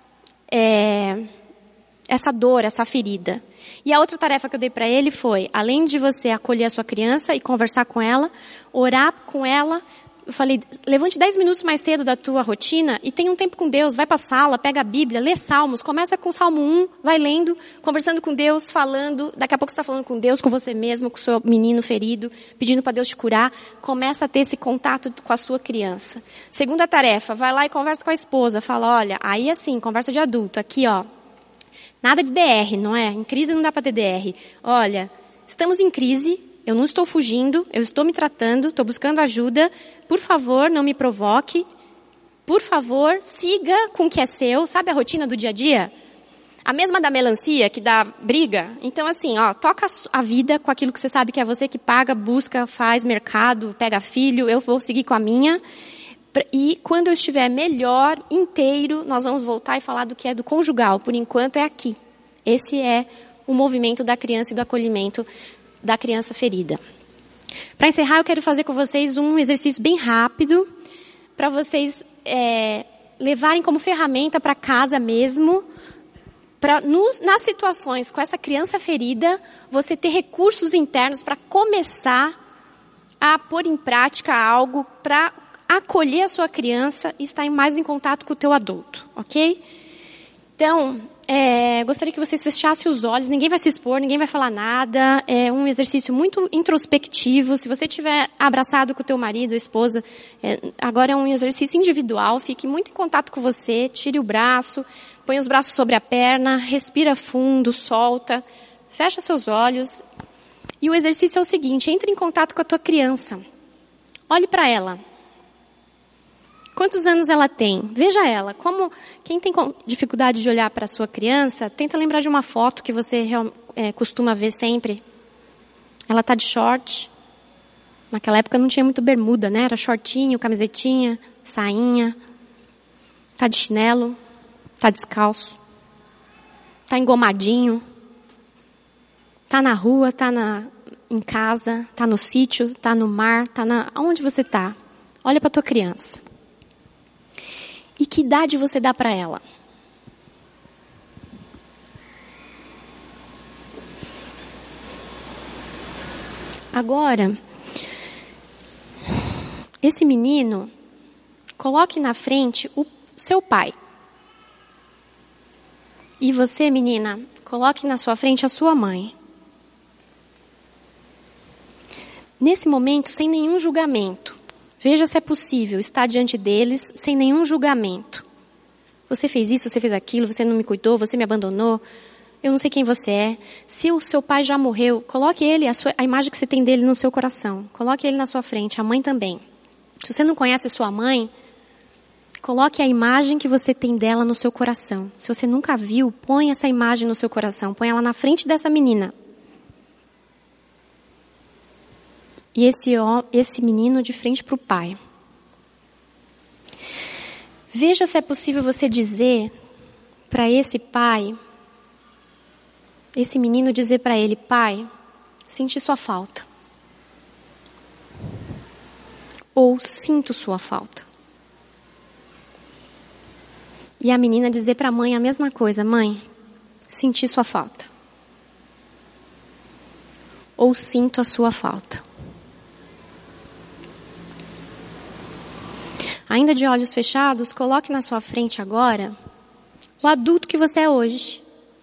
dor, essa ferida. E a outra tarefa que eu dei para ele foi, além de você acolher a sua criança e conversar com ela, orar com ela, eu falei, levante 10 minutos mais cedo da tua rotina e tenha um tempo com Deus, vai para a sala, pega a Bíblia, lê Salmos, começa com o Salmo 1, vai lendo, conversando com Deus, falando, daqui a pouco você está falando com Deus, com você mesmo, com o seu menino ferido, pedindo para Deus te curar, começa a ter esse contato com a sua criança. Segunda tarefa, vai lá e conversa com a esposa, fala, olha, aí assim, conversa de adulto, aqui ó, nada de DR, não é? Em crise não dá para ter DR. Olha, estamos em crise, eu não estou fugindo, eu estou me tratando, estou buscando ajuda. Por favor, não me provoque. Por favor, siga com o que é seu. Sabe a rotina do dia a dia? A mesma da melancia, que dá briga. Então, assim, ó, toca a vida com aquilo que você sabe que é você que paga, busca, faz mercado, pega filho. Eu vou seguir com a minha. E quando eu estiver melhor, inteiro, nós vamos voltar e falar do que é do conjugal. Por enquanto é aqui. Esse é o movimento da criança e do acolhimento da criança ferida. Para encerrar, eu quero fazer com vocês um exercício bem rápido, para vocês levarem como ferramenta para casa mesmo, para nas situações com essa criança ferida, você ter recursos internos para começar a pôr em prática algo para acolher a sua criança e estar mais em contato com o teu adulto, ok? Então, gostaria que vocês fechassem os olhos, ninguém vai se expor, ninguém vai falar nada, é um exercício muito introspectivo. Se você estiver abraçado com o teu marido, esposa, agora é um exercício individual, fique muito em contato com você, tire o braço, põe os braços sobre a perna, respira fundo, solta, fecha seus olhos. E o exercício é o seguinte, entre em contato com a tua criança, olhe para ela. Quantos anos ela tem? Veja ela. Quem tem dificuldade de olhar para a sua criança, tenta lembrar de uma foto que você costuma ver sempre. Ela está de short. Naquela época não tinha muito bermuda, né? Era shortinho, camisetinha, sainha. Está de chinelo. Está descalço. Está engomadinho. Está na rua, está em casa, está no sítio, está no mar, aonde você está? Olha para a tua criança. E que idade você dá para ela? Agora, esse menino, coloque na frente o seu pai. E você, menina, coloque na sua frente a sua mãe. Nesse momento, sem nenhum julgamento. Veja se é possível estar diante deles sem nenhum julgamento. Você fez isso, você fez aquilo, você não me cuidou, você me abandonou. Eu não sei quem você é. Se o seu pai já morreu, coloque ele, a imagem que você tem dele no seu coração. Coloque ele na sua frente, a mãe também. Se você não conhece sua mãe, coloque a imagem que você tem dela no seu coração. Se você nunca viu, põe essa imagem no seu coração. Põe ela na frente dessa menina. E esse menino de frente para o pai. Veja se é possível você dizer para esse pai, esse menino dizer para ele, pai, senti sua falta. Ou sinto sua falta. E a menina dizer para a mãe a mesma coisa, mãe, senti sua falta. Ou sinto a sua falta. Ainda de olhos fechados, coloque na sua frente agora o adulto que você é hoje.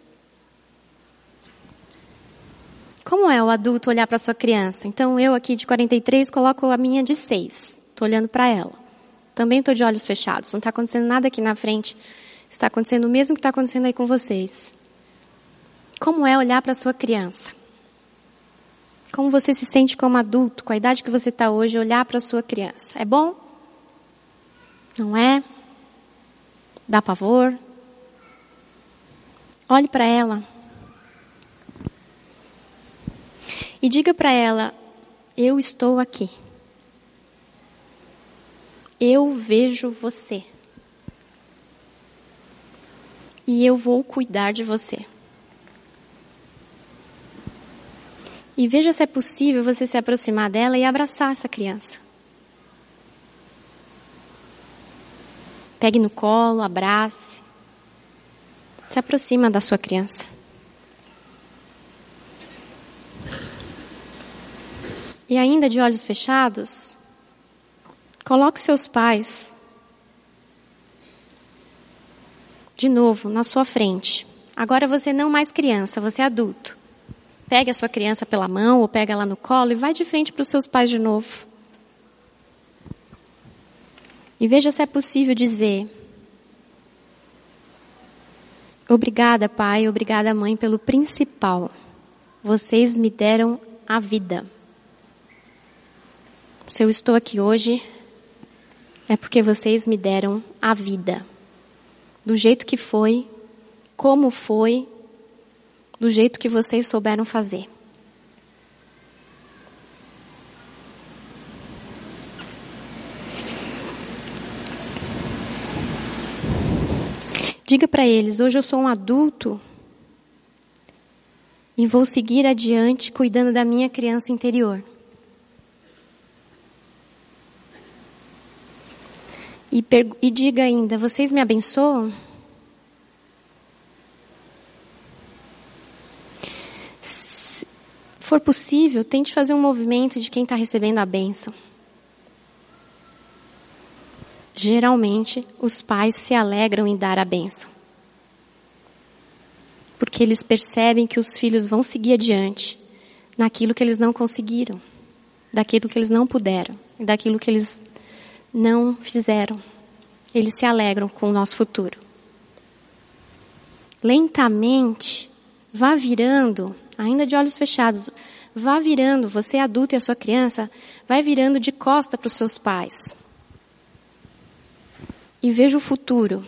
Como é o adulto olhar para a sua criança? Então eu aqui de 43 coloco a minha de 6. Estou olhando para ela. Também estou de olhos fechados. Não está acontecendo nada aqui na frente. Está acontecendo o mesmo que está acontecendo aí com vocês. Como é olhar para a sua criança? Como você se sente como adulto, com a idade que você está hoje, olhar para a sua criança? É bom? Não é? Dá pavor? Olhe para ela. E diga para ela, eu estou aqui. Eu vejo você. E eu vou cuidar de você. E veja se é possível você se aproximar dela e abraçar essa criança. Pegue no colo, abrace. Se aproxima da sua criança. E ainda de olhos fechados, coloque seus pais de novo na sua frente. Agora você não mais criança, você é adulto. Pegue a sua criança pela mão ou pega ela no colo e vai de frente para os seus pais de novo. E veja se é possível dizer: obrigada, pai, obrigada, mãe, pelo principal. Vocês me deram a vida. Se eu estou aqui hoje, é porque vocês me deram a vida. Do jeito que foi, como foi, do jeito que vocês souberam fazer. Diga para eles, hoje eu sou um adulto e vou seguir adiante cuidando da minha criança interior. E diga ainda, vocês me abençoam? Se for possível, tente fazer um movimento de quem está recebendo a bênção. Geralmente, os pais se alegram em dar a bênção. Porque eles percebem que os filhos vão seguir adiante naquilo que eles não conseguiram, daquilo que eles não puderam, daquilo que eles não fizeram. Eles se alegram com o nosso futuro. Lentamente, vá virando, ainda de olhos fechados, vá virando, você adulto e a sua criança, vai virando de costa para os seus pais. E veja o futuro.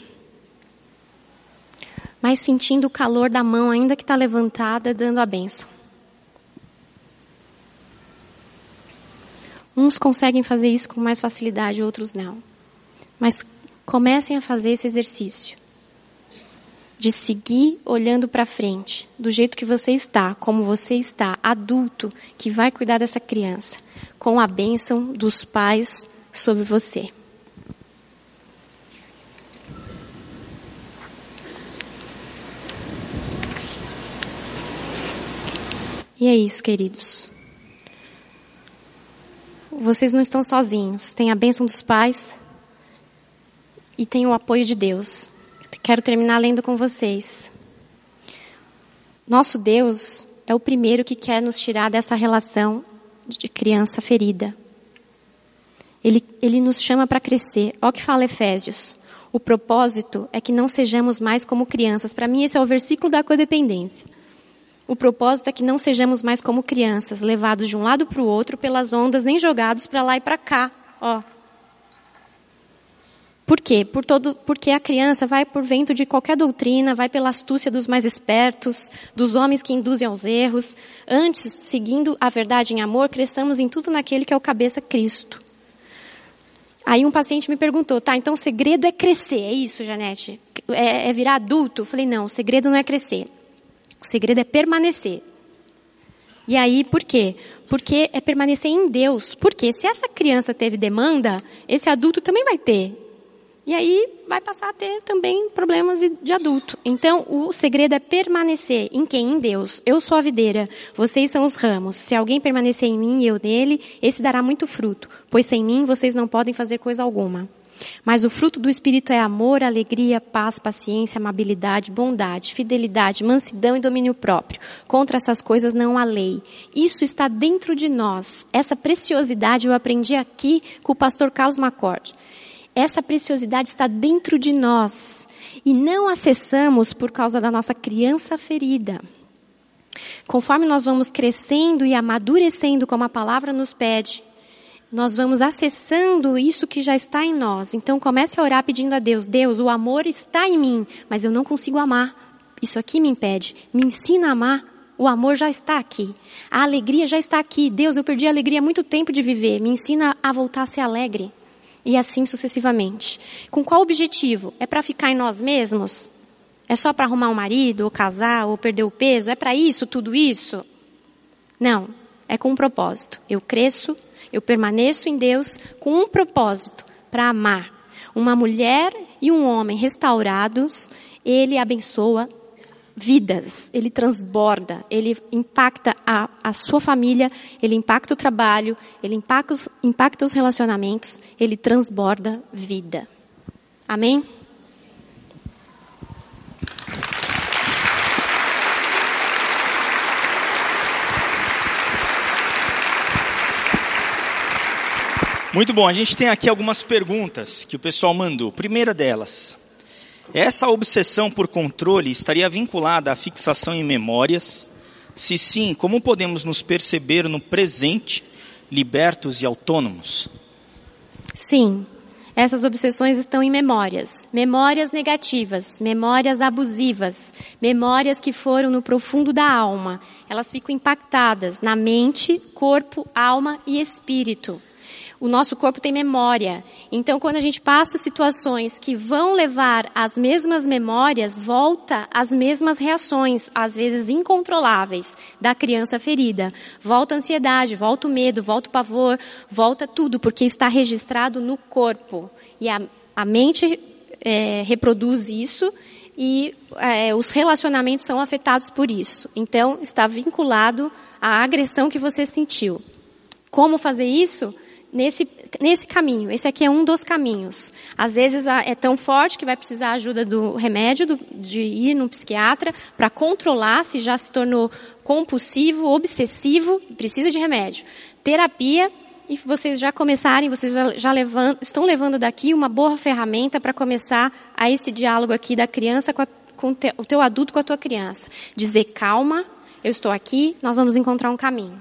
Mas sentindo o calor da mão, ainda que está levantada, dando a bênção. Uns conseguem fazer isso com mais facilidade, outros não. Mas comecem a fazer esse exercício. De seguir olhando para frente, do jeito que você está, como você está, adulto, que vai cuidar dessa criança, com a bênção dos pais sobre você. E é isso, queridos. Vocês não estão sozinhos. Tem a bênção dos pais e tem o apoio de Deus. Quero terminar lendo com vocês. Nosso Deus é o primeiro que quer nos tirar dessa relação de criança ferida. Ele nos chama para crescer. Olha o que fala Efésios. O propósito é que não sejamos mais como crianças. Para mim, esse é o versículo da codependência. O propósito é que não sejamos mais como crianças, levados de um lado para o outro pelas ondas, nem jogados para lá e para cá. Ó. Por quê? Porque a criança vai por vento de qualquer doutrina, vai pela astúcia dos mais espertos, dos homens que induzem aos erros. Antes, seguindo a verdade em amor, cresçamos em tudo naquele que é o cabeça Cristo. Aí um paciente me perguntou, tá, então o segredo é crescer, é isso, Janete? É virar adulto? Eu falei, não, o segredo não é crescer. O segredo é permanecer. E aí, por quê? Porque é permanecer em Deus. Porque se essa criança teve demanda, esse adulto também vai ter. E aí vai passar a ter também problemas de adulto. Então, o segredo é permanecer em quem? Em Deus. Eu sou a videira, vocês são os ramos. Se alguém permanecer em mim e eu nele, esse dará muito fruto. Pois sem mim vocês não podem fazer coisa alguma. Mas o fruto do Espírito é amor, alegria, paz, paciência, amabilidade, bondade, fidelidade, mansidão e domínio próprio. Contra essas coisas não há lei. Isso está dentro de nós. Essa preciosidade eu aprendi aqui com o pastor Carlos McCord. Essa preciosidade está dentro de nós e não acessamos por causa da nossa criança ferida. Conforme nós vamos crescendo e amadurecendo como a palavra nos pede, nós vamos acessando isso que já está em nós. Então comece a orar pedindo a Deus, Deus, o amor está em mim, mas eu não consigo amar. Isso aqui me impede. Me ensina a amar. O amor já está aqui. A alegria já está aqui. Deus, eu perdi a alegria há muito tempo de viver. Me ensina a voltar a ser alegre. E assim sucessivamente. Com qual objetivo? É para ficar em nós mesmos? É só para arrumar um marido, ou casar, ou perder o peso? É para isso, tudo isso? Não. É com um propósito. Eu cresço, eu permaneço em Deus com um propósito. Para amar. Uma mulher e um homem restaurados, Ele abençoa vidas, Ele transborda, Ele impacta a sua família, Ele impacta o trabalho, Ele impacta os relacionamentos, Ele transborda vida. Amém? Muito bom, a gente tem aqui algumas perguntas que o pessoal mandou. Primeira delas, essa obsessão por controle estaria vinculada à fixação em memórias? Se sim, como podemos nos perceber no presente, libertos e autônomos? Sim, essas obsessões estão em memórias. Memórias negativas, memórias abusivas, memórias que foram no profundo da alma. Elas ficam impactadas na mente, corpo, alma e espírito. O nosso corpo tem memória. Então, quando a gente passa situações que vão levar às mesmas memórias, volta às mesmas reações, às vezes incontroláveis, da criança ferida. Volta a ansiedade, volta o medo, volta o pavor, volta tudo, porque está registrado no corpo. E a mente reproduz isso e os relacionamentos são afetados por isso. Então, está vinculado à agressão que você sentiu. Como fazer isso? Nesse caminho. Esse aqui é um dos caminhos. Às vezes é tão forte que vai precisar ajuda do remédio, de ir no psiquiatra para controlar se já se tornou compulsivo, obsessivo, precisa de remédio. Terapia, e vocês já começarem, vocês já estão levando daqui uma boa ferramenta para começar a esse diálogo aqui da criança com o teu adulto com a tua criança. Dizer, calma, eu estou aqui, nós vamos encontrar um caminho.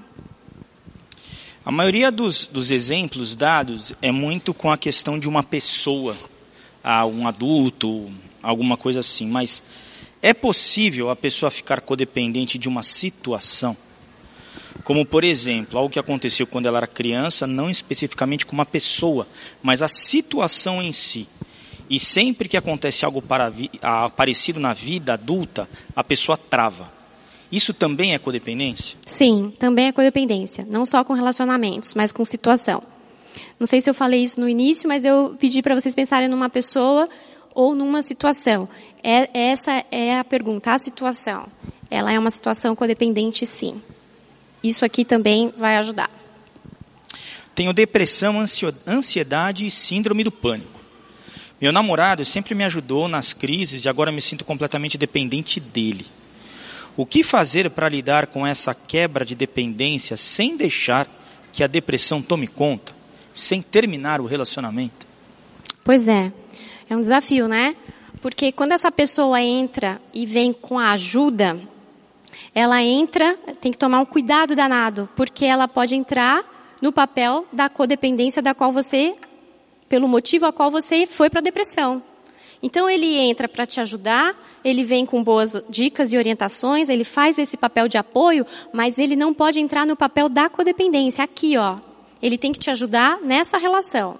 A maioria dos exemplos dados é muito com a questão de uma pessoa, um adulto, alguma coisa assim. Mas é possível a pessoa ficar codependente de uma situação? Como, por exemplo, algo que aconteceu quando ela era criança, não especificamente com uma pessoa, mas a situação em si. E sempre que acontece algo parecido na vida adulta, a pessoa trava. Isso também é codependência? Sim, também é codependência. Não só com relacionamentos, mas com situação. Não sei se eu falei isso no início, mas eu pedi para vocês pensarem numa pessoa ou numa situação. Essa é a pergunta, a situação. Ela é uma situação codependente, sim. Isso aqui também vai ajudar. Tenho depressão, ansiedade e síndrome do pânico. Meu namorado sempre me ajudou nas crises e agora me sinto completamente dependente dele. O que fazer para lidar com essa quebra de dependência sem deixar que a depressão tome conta, sem terminar o relacionamento? Pois é um desafio, né? Porque quando essa pessoa entra e vem com a ajuda, ela entra, tem que tomar um cuidado danado, porque ela pode entrar no papel da codependência da qual pelo motivo a qual você foi para a depressão. Então ele entra para te ajudar, ele vem com boas dicas e orientações, ele faz esse papel de apoio, mas ele não pode entrar no papel da codependência. Aqui, ó, ele tem que te ajudar nessa relação.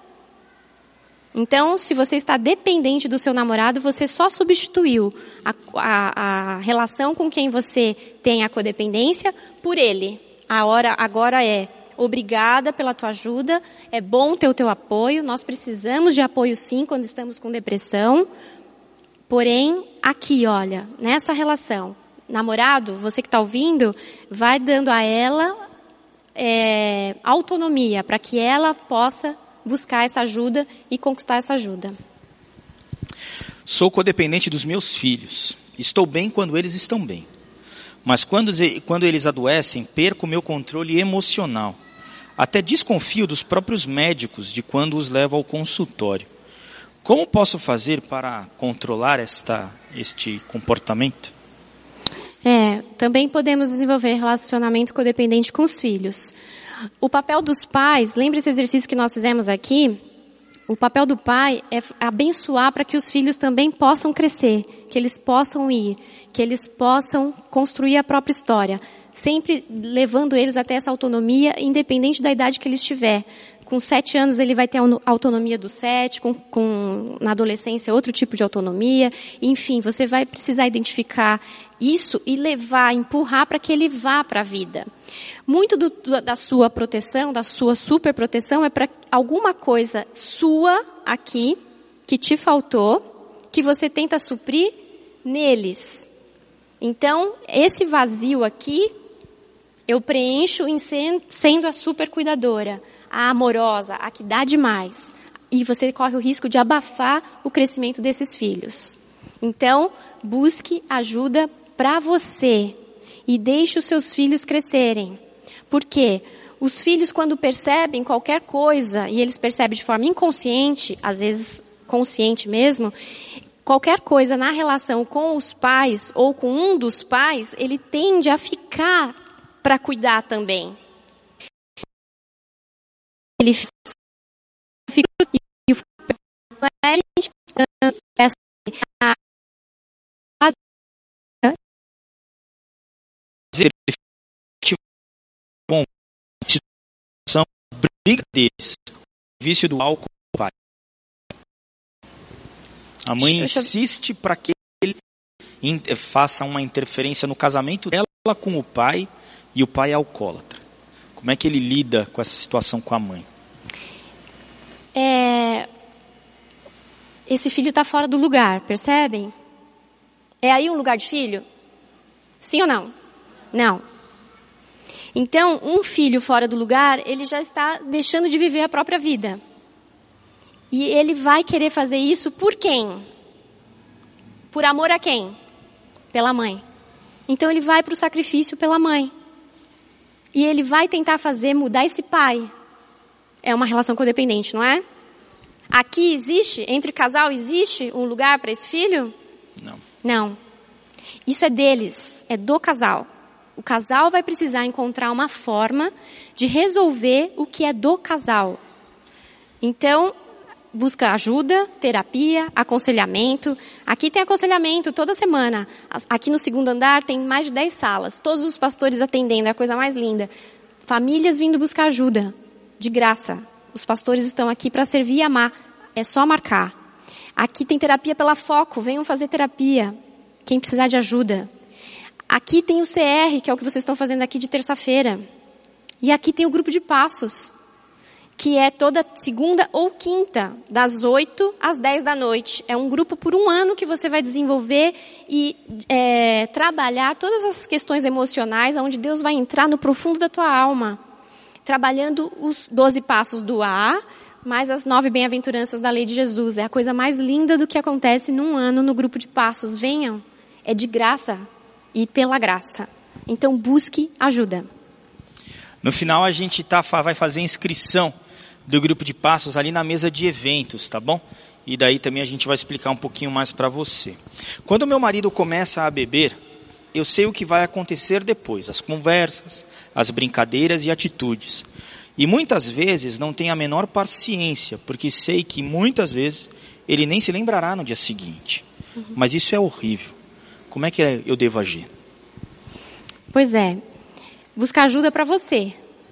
Então, se você está dependente do seu namorado, você só substituiu a relação com quem você tem a codependência por ele. A hora agora é obrigada pela tua ajuda, é bom ter o teu apoio, nós precisamos de apoio sim quando estamos com depressão, porém, aqui, olha, nessa relação, namorado, você que está ouvindo, vai dando a ela autonomia para que ela possa buscar essa ajuda e conquistar essa ajuda. Sou codependente dos meus filhos, estou bem quando eles estão bem, mas quando eles adoecem, perco meu controle emocional. Até desconfio dos próprios médicos de quando os levo ao consultório. Como posso fazer para controlar este comportamento? Também podemos desenvolver relacionamento codependente com os filhos. O papel dos pais, lembra esse exercício que nós fizemos aqui? O papel do pai é abençoar para que os filhos também possam crescer, que eles possam ir, que eles possam construir a própria história, sempre levando eles até essa autonomia, independente da idade que eles tiver. Com 7 anos ele vai ter a autonomia dos 7, na adolescência outro tipo de autonomia. Enfim, você vai precisar identificar isso e empurrar para que ele vá para a vida. Muito da sua proteção, da sua superproteção é para alguma coisa sua aqui, que te faltou, que você tenta suprir neles. Então, esse vazio aqui, eu preencho sendo a super cuidadora, a amorosa, a que dá demais. E você corre o risco de abafar o crescimento desses filhos. Então, busque ajuda para você e deixe os seus filhos crescerem. Por quê? Os filhos, quando percebem qualquer coisa, e eles percebem de forma inconsciente, às vezes consciente mesmo, qualquer coisa na relação com os pais ou com um dos pais, ele tende a ficar para cuidar também. Ele fica e o a gente bom, situação briga deles, vício do álcool vai. A mãe insiste para que ele faça uma interferência no casamento dela com o pai, e o pai é alcoólatra. Como é que ele lida com essa situação com a mãe? Esse filho está fora do lugar, percebem? É aí um lugar de filho? Sim ou não? Não. Então, um filho fora do lugar, ele já está deixando de viver a própria vida. E ele vai querer fazer isso por quem? Por amor a quem? Pela mãe. Então ele vai para o sacrifício pela mãe. E ele vai tentar mudar esse pai. É uma relação codependente, não é? Aqui entre casal, existe um lugar para esse filho? Não. Não. Isso é deles, é do casal. O casal vai precisar encontrar uma forma de resolver o que é do casal. Então, busca ajuda, terapia, aconselhamento. Aqui tem aconselhamento toda semana. Aqui no 2º andar tem mais de 10 salas. Todos os pastores atendendo, é a coisa mais linda. Famílias vindo buscar ajuda, de graça. Os pastores estão aqui para servir e amar. É só marcar. Aqui tem terapia pela Foco. Venham fazer terapia. Quem precisar de ajuda. Aqui tem o CR, que é o que vocês estão fazendo aqui de terça-feira. E aqui tem o grupo de passos, que é toda segunda ou quinta, das 8 às 10 da noite. É um grupo por 1 ano que você vai desenvolver e trabalhar todas as questões emocionais, onde Deus vai entrar no profundo da tua alma. Trabalhando os 12 passos do AA, mais as 9 bem-aventuranças da lei de Jesus. É a coisa mais linda do que acontece num ano no grupo de passos. Venham, é de graça e pela graça. Então busque ajuda. No final a gente vai fazer inscrição do grupo de passos ali na mesa de eventos, tá bom? E daí também a gente vai explicar um pouquinho mais para você. Quando meu marido começa a beber, eu sei o que vai acontecer depois, as conversas, as brincadeiras e atitudes. E muitas vezes não tenho a menor paciência, porque sei que muitas vezes ele nem se lembrará no dia seguinte. Mas isso é horrível. Como é que eu devo agir? Pois é, buscar ajuda para você.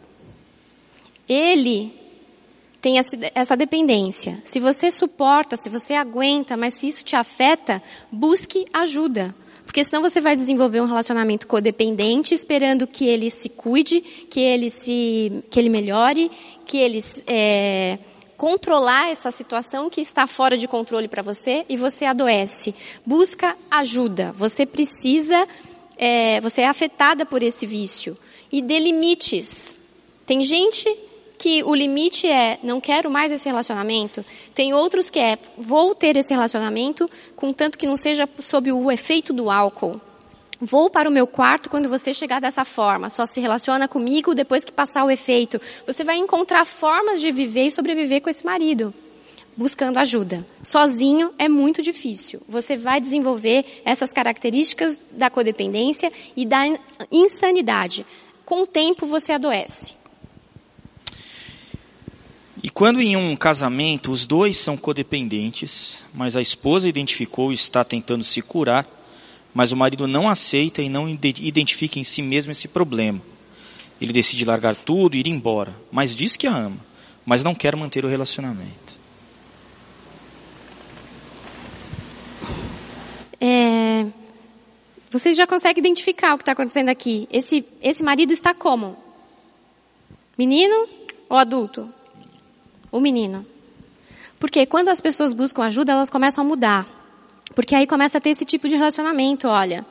Ele tem essa dependência. Se você suporta, se você aguenta, mas se isso te afeta, busque ajuda. Porque senão você vai desenvolver um relacionamento codependente, esperando que ele se cuide, que ele melhore, que ele controlar essa situação que está fora de controle para você e você adoece. Busca ajuda. Você precisa, você é afetada por esse vício. E dê limites. Tem gente que o limite é, não quero mais esse relacionamento. Tem outros que vou ter esse relacionamento, contanto que não seja sob o efeito do álcool. Vou para o meu quarto quando você chegar dessa forma. Só se relaciona comigo depois que passar o efeito. Você vai encontrar formas de viver e sobreviver com esse marido. buscando ajuda. Sozinho é muito difícil. Você vai desenvolver essas características da codependência e da insanidade. Com o tempo você adoece. E quando em um casamento os dois são codependentes, mas a esposa identificou e está tentando se curar, mas o marido não aceita e não identifica em si mesmo esse problema. Ele decide largar tudo e ir embora, mas diz que a ama, mas não quer manter o relacionamento. Vocês já conseguem identificar o que está acontecendo aqui. Esse marido está como? Menino ou adulto? O menino. Porque quando as pessoas buscam ajuda, elas começam a mudar. Porque aí começa a ter esse tipo de relacionamento, olha.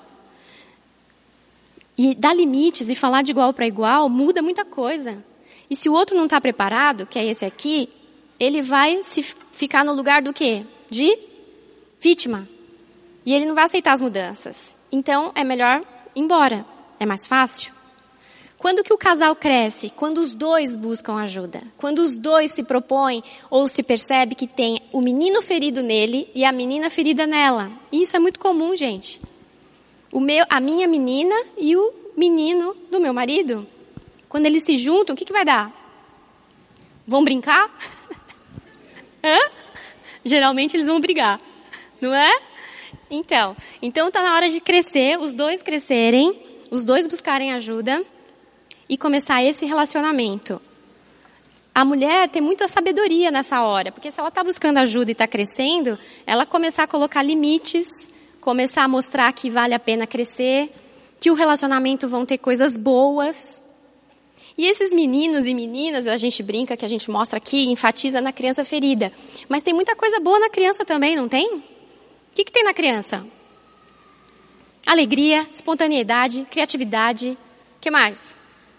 E dar limites e falar de igual para igual muda muita coisa. E se o outro não está preparado, que é esse aqui, ele vai ficar no lugar do quê? De vítima. E ele não vai aceitar as mudanças. Então, é melhor ir embora. É mais fácil. Quando que o casal cresce? Quando os dois buscam ajuda. Quando os dois se propõem ou se percebe que tem o menino ferido nele e a menina ferida nela. E isso é muito comum, gente. A minha menina e o menino do meu marido. Quando eles se juntam, o que vai dar? Vão brincar? Geralmente eles vão brigar. Não é? Então está na hora de crescer, os dois crescerem, os dois buscarem ajuda e começar esse relacionamento. A mulher tem muita sabedoria nessa hora, porque se ela está buscando ajuda e está crescendo, ela começar a colocar limites, começar a mostrar que vale a pena crescer, que o relacionamento vão ter coisas boas. E esses meninos e meninas, a gente brinca, que a gente mostra aqui, enfatiza na criança ferida. Mas tem muita coisa boa na criança também, não tem? O que tem na criança? Alegria, espontaneidade, criatividade. O que mais?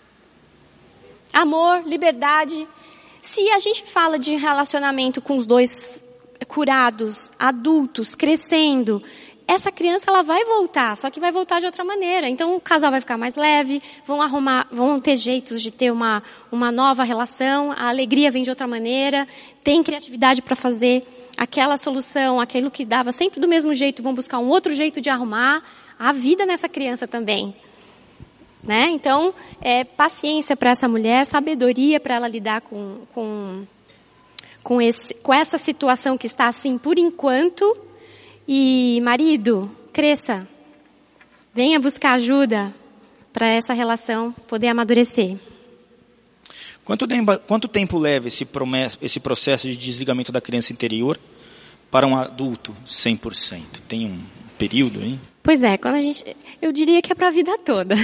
Amor, liberdade. Se a gente fala de relacionamento com os dois curados, adultos, crescendo, essa criança ela vai voltar, só que vai voltar de outra maneira. Então o casal vai ficar mais leve, vão ter jeitos de ter uma nova relação, a alegria vem de outra maneira, tem criatividade para fazer aquela solução, aquilo que dava sempre do mesmo jeito, vão buscar um outro jeito de arrumar a vida nessa criança também. Né? Então, paciência para essa mulher, sabedoria para ela lidar com essa situação que está assim por enquanto. E marido, cresça, venha buscar ajuda para essa relação poder amadurecer. Quanto tempo leva esse processo de desligamento da criança interior para um adulto 100%? Tem um período aí? Pois é, eu diria que é para a vida toda.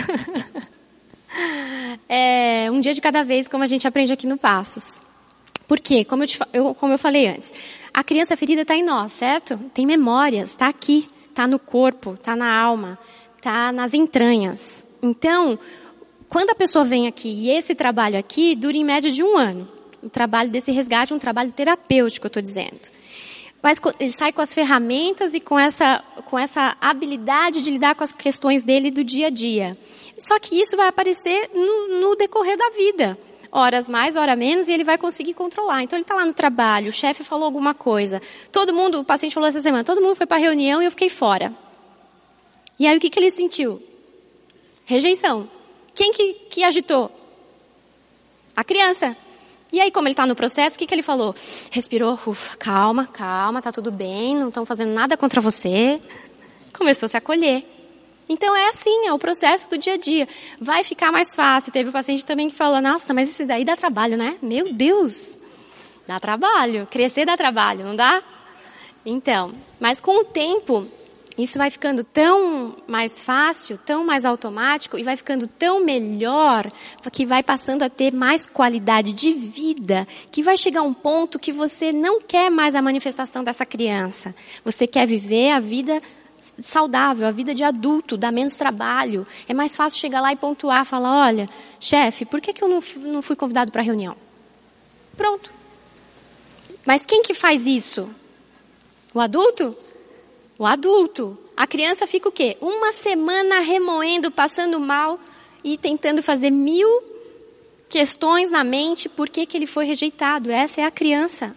Um dia de cada vez, como a gente aprende aqui no Passos. Por quê? Como eu falei antes, a criança ferida está em nós, certo? Tem memórias, está aqui, está no corpo, está na alma, está nas entranhas. Então, quando a pessoa vem aqui, e esse trabalho aqui dura em média de 1 ano. O trabalho desse resgate é um trabalho terapêutico, eu estou dizendo. Mas ele sai com as ferramentas e com essa habilidade de lidar com as questões dele do dia a dia. Só que isso vai aparecer no decorrer da vida. Horas mais, hora menos, e ele vai conseguir controlar. Então ele está lá no trabalho, o chefe falou alguma coisa. O paciente falou essa semana, todo mundo foi para a reunião e eu fiquei fora. E aí o que ele sentiu? Rejeição. Quem que agitou? A criança. E aí, como ele está no processo, o que ele falou? Respirou, ufa, calma, tá tudo bem, não estão fazendo nada contra você. Começou a se acolher. Então é assim, é o processo do dia a dia. Vai ficar mais fácil. Teve um paciente também que falou, nossa, mas isso daí dá trabalho, né? Meu Deus, dá trabalho. Crescer dá trabalho, não dá? Então, mas com o tempo, isso vai ficando tão mais fácil, tão mais automático e vai ficando tão melhor que vai passando a ter mais qualidade de vida, que vai chegar um ponto que você não quer mais a manifestação dessa criança. Você quer viver a vida saudável, a vida de adulto, dá menos trabalho. É mais fácil chegar lá e pontuar, falar, olha, chefe, por que eu não fui convidado para a reunião? Pronto. Mas quem que faz isso? O adulto? O adulto. A criança fica o quê? 1 semana remoendo, passando mal e tentando fazer 1000 questões na mente por que ele foi rejeitado. Essa é a criança.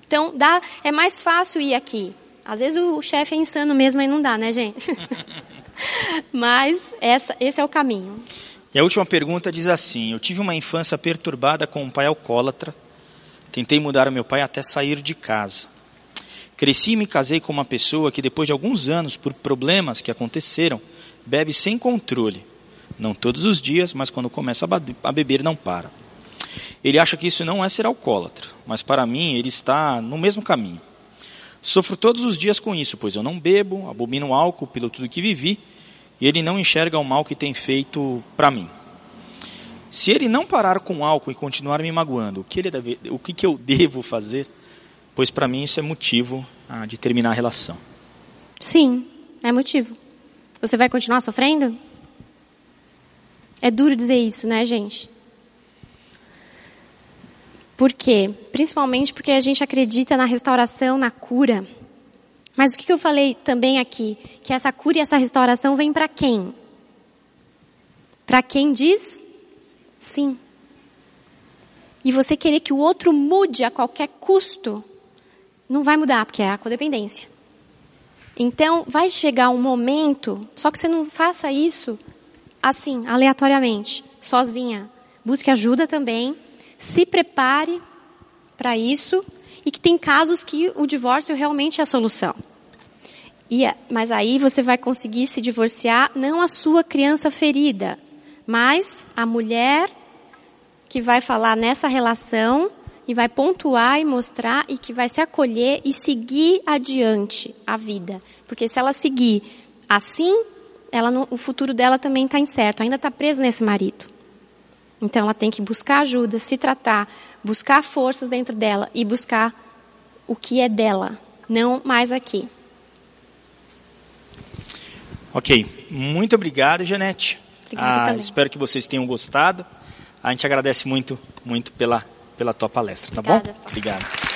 Então, é mais fácil ir aqui. Às vezes o chefe é insano mesmo, aí não dá, né, gente? Mas esse é o caminho. E a última pergunta diz assim: eu tive uma infância perturbada com um pai alcoólatra. Tentei mudar o meu pai até sair de casa. Cresci e me casei com uma pessoa que depois de alguns anos, por problemas que aconteceram, bebe sem controle. Não todos os dias, mas quando começa a beber não para. Ele acha que isso não é ser alcoólatra, mas para mim ele está no mesmo caminho. Sofro todos os dias com isso, pois eu não bebo, abomino álcool pelo tudo que vivi, e ele não enxerga o mal que tem feito para mim. Se ele não parar com o álcool e continuar me magoando, o que eu devo fazer? Pois para mim isso é motivo de terminar a relação. Sim, é motivo. Você vai continuar sofrendo? É duro dizer isso, né, gente? Por quê? Principalmente porque a gente acredita na restauração, na cura. Mas o que eu falei também aqui? Que essa cura e essa restauração vem para quem? Para quem diz sim. E você querer que o outro mude a qualquer custo, não vai mudar, porque é a codependência. Então, vai chegar um momento, só que você não faça isso assim, aleatoriamente, sozinha. Busque ajuda também. Se prepare para isso, e que tem casos que o divórcio realmente é a solução. Mas aí você vai conseguir se divorciar, não a sua criança ferida, mas a mulher que vai falar nessa relação e vai pontuar e mostrar e que vai se acolher e seguir adiante a vida. Porque se ela seguir assim, o futuro dela também está incerto, ainda está preso nesse marido. Então, ela tem que buscar ajuda, se tratar, buscar forças dentro dela e buscar o que é dela, não mais aqui. Ok. Muito obrigado, Janete. Espero que vocês tenham gostado. A gente agradece muito, muito pela tua palestra, tá Obrigada. Bom? Obrigado.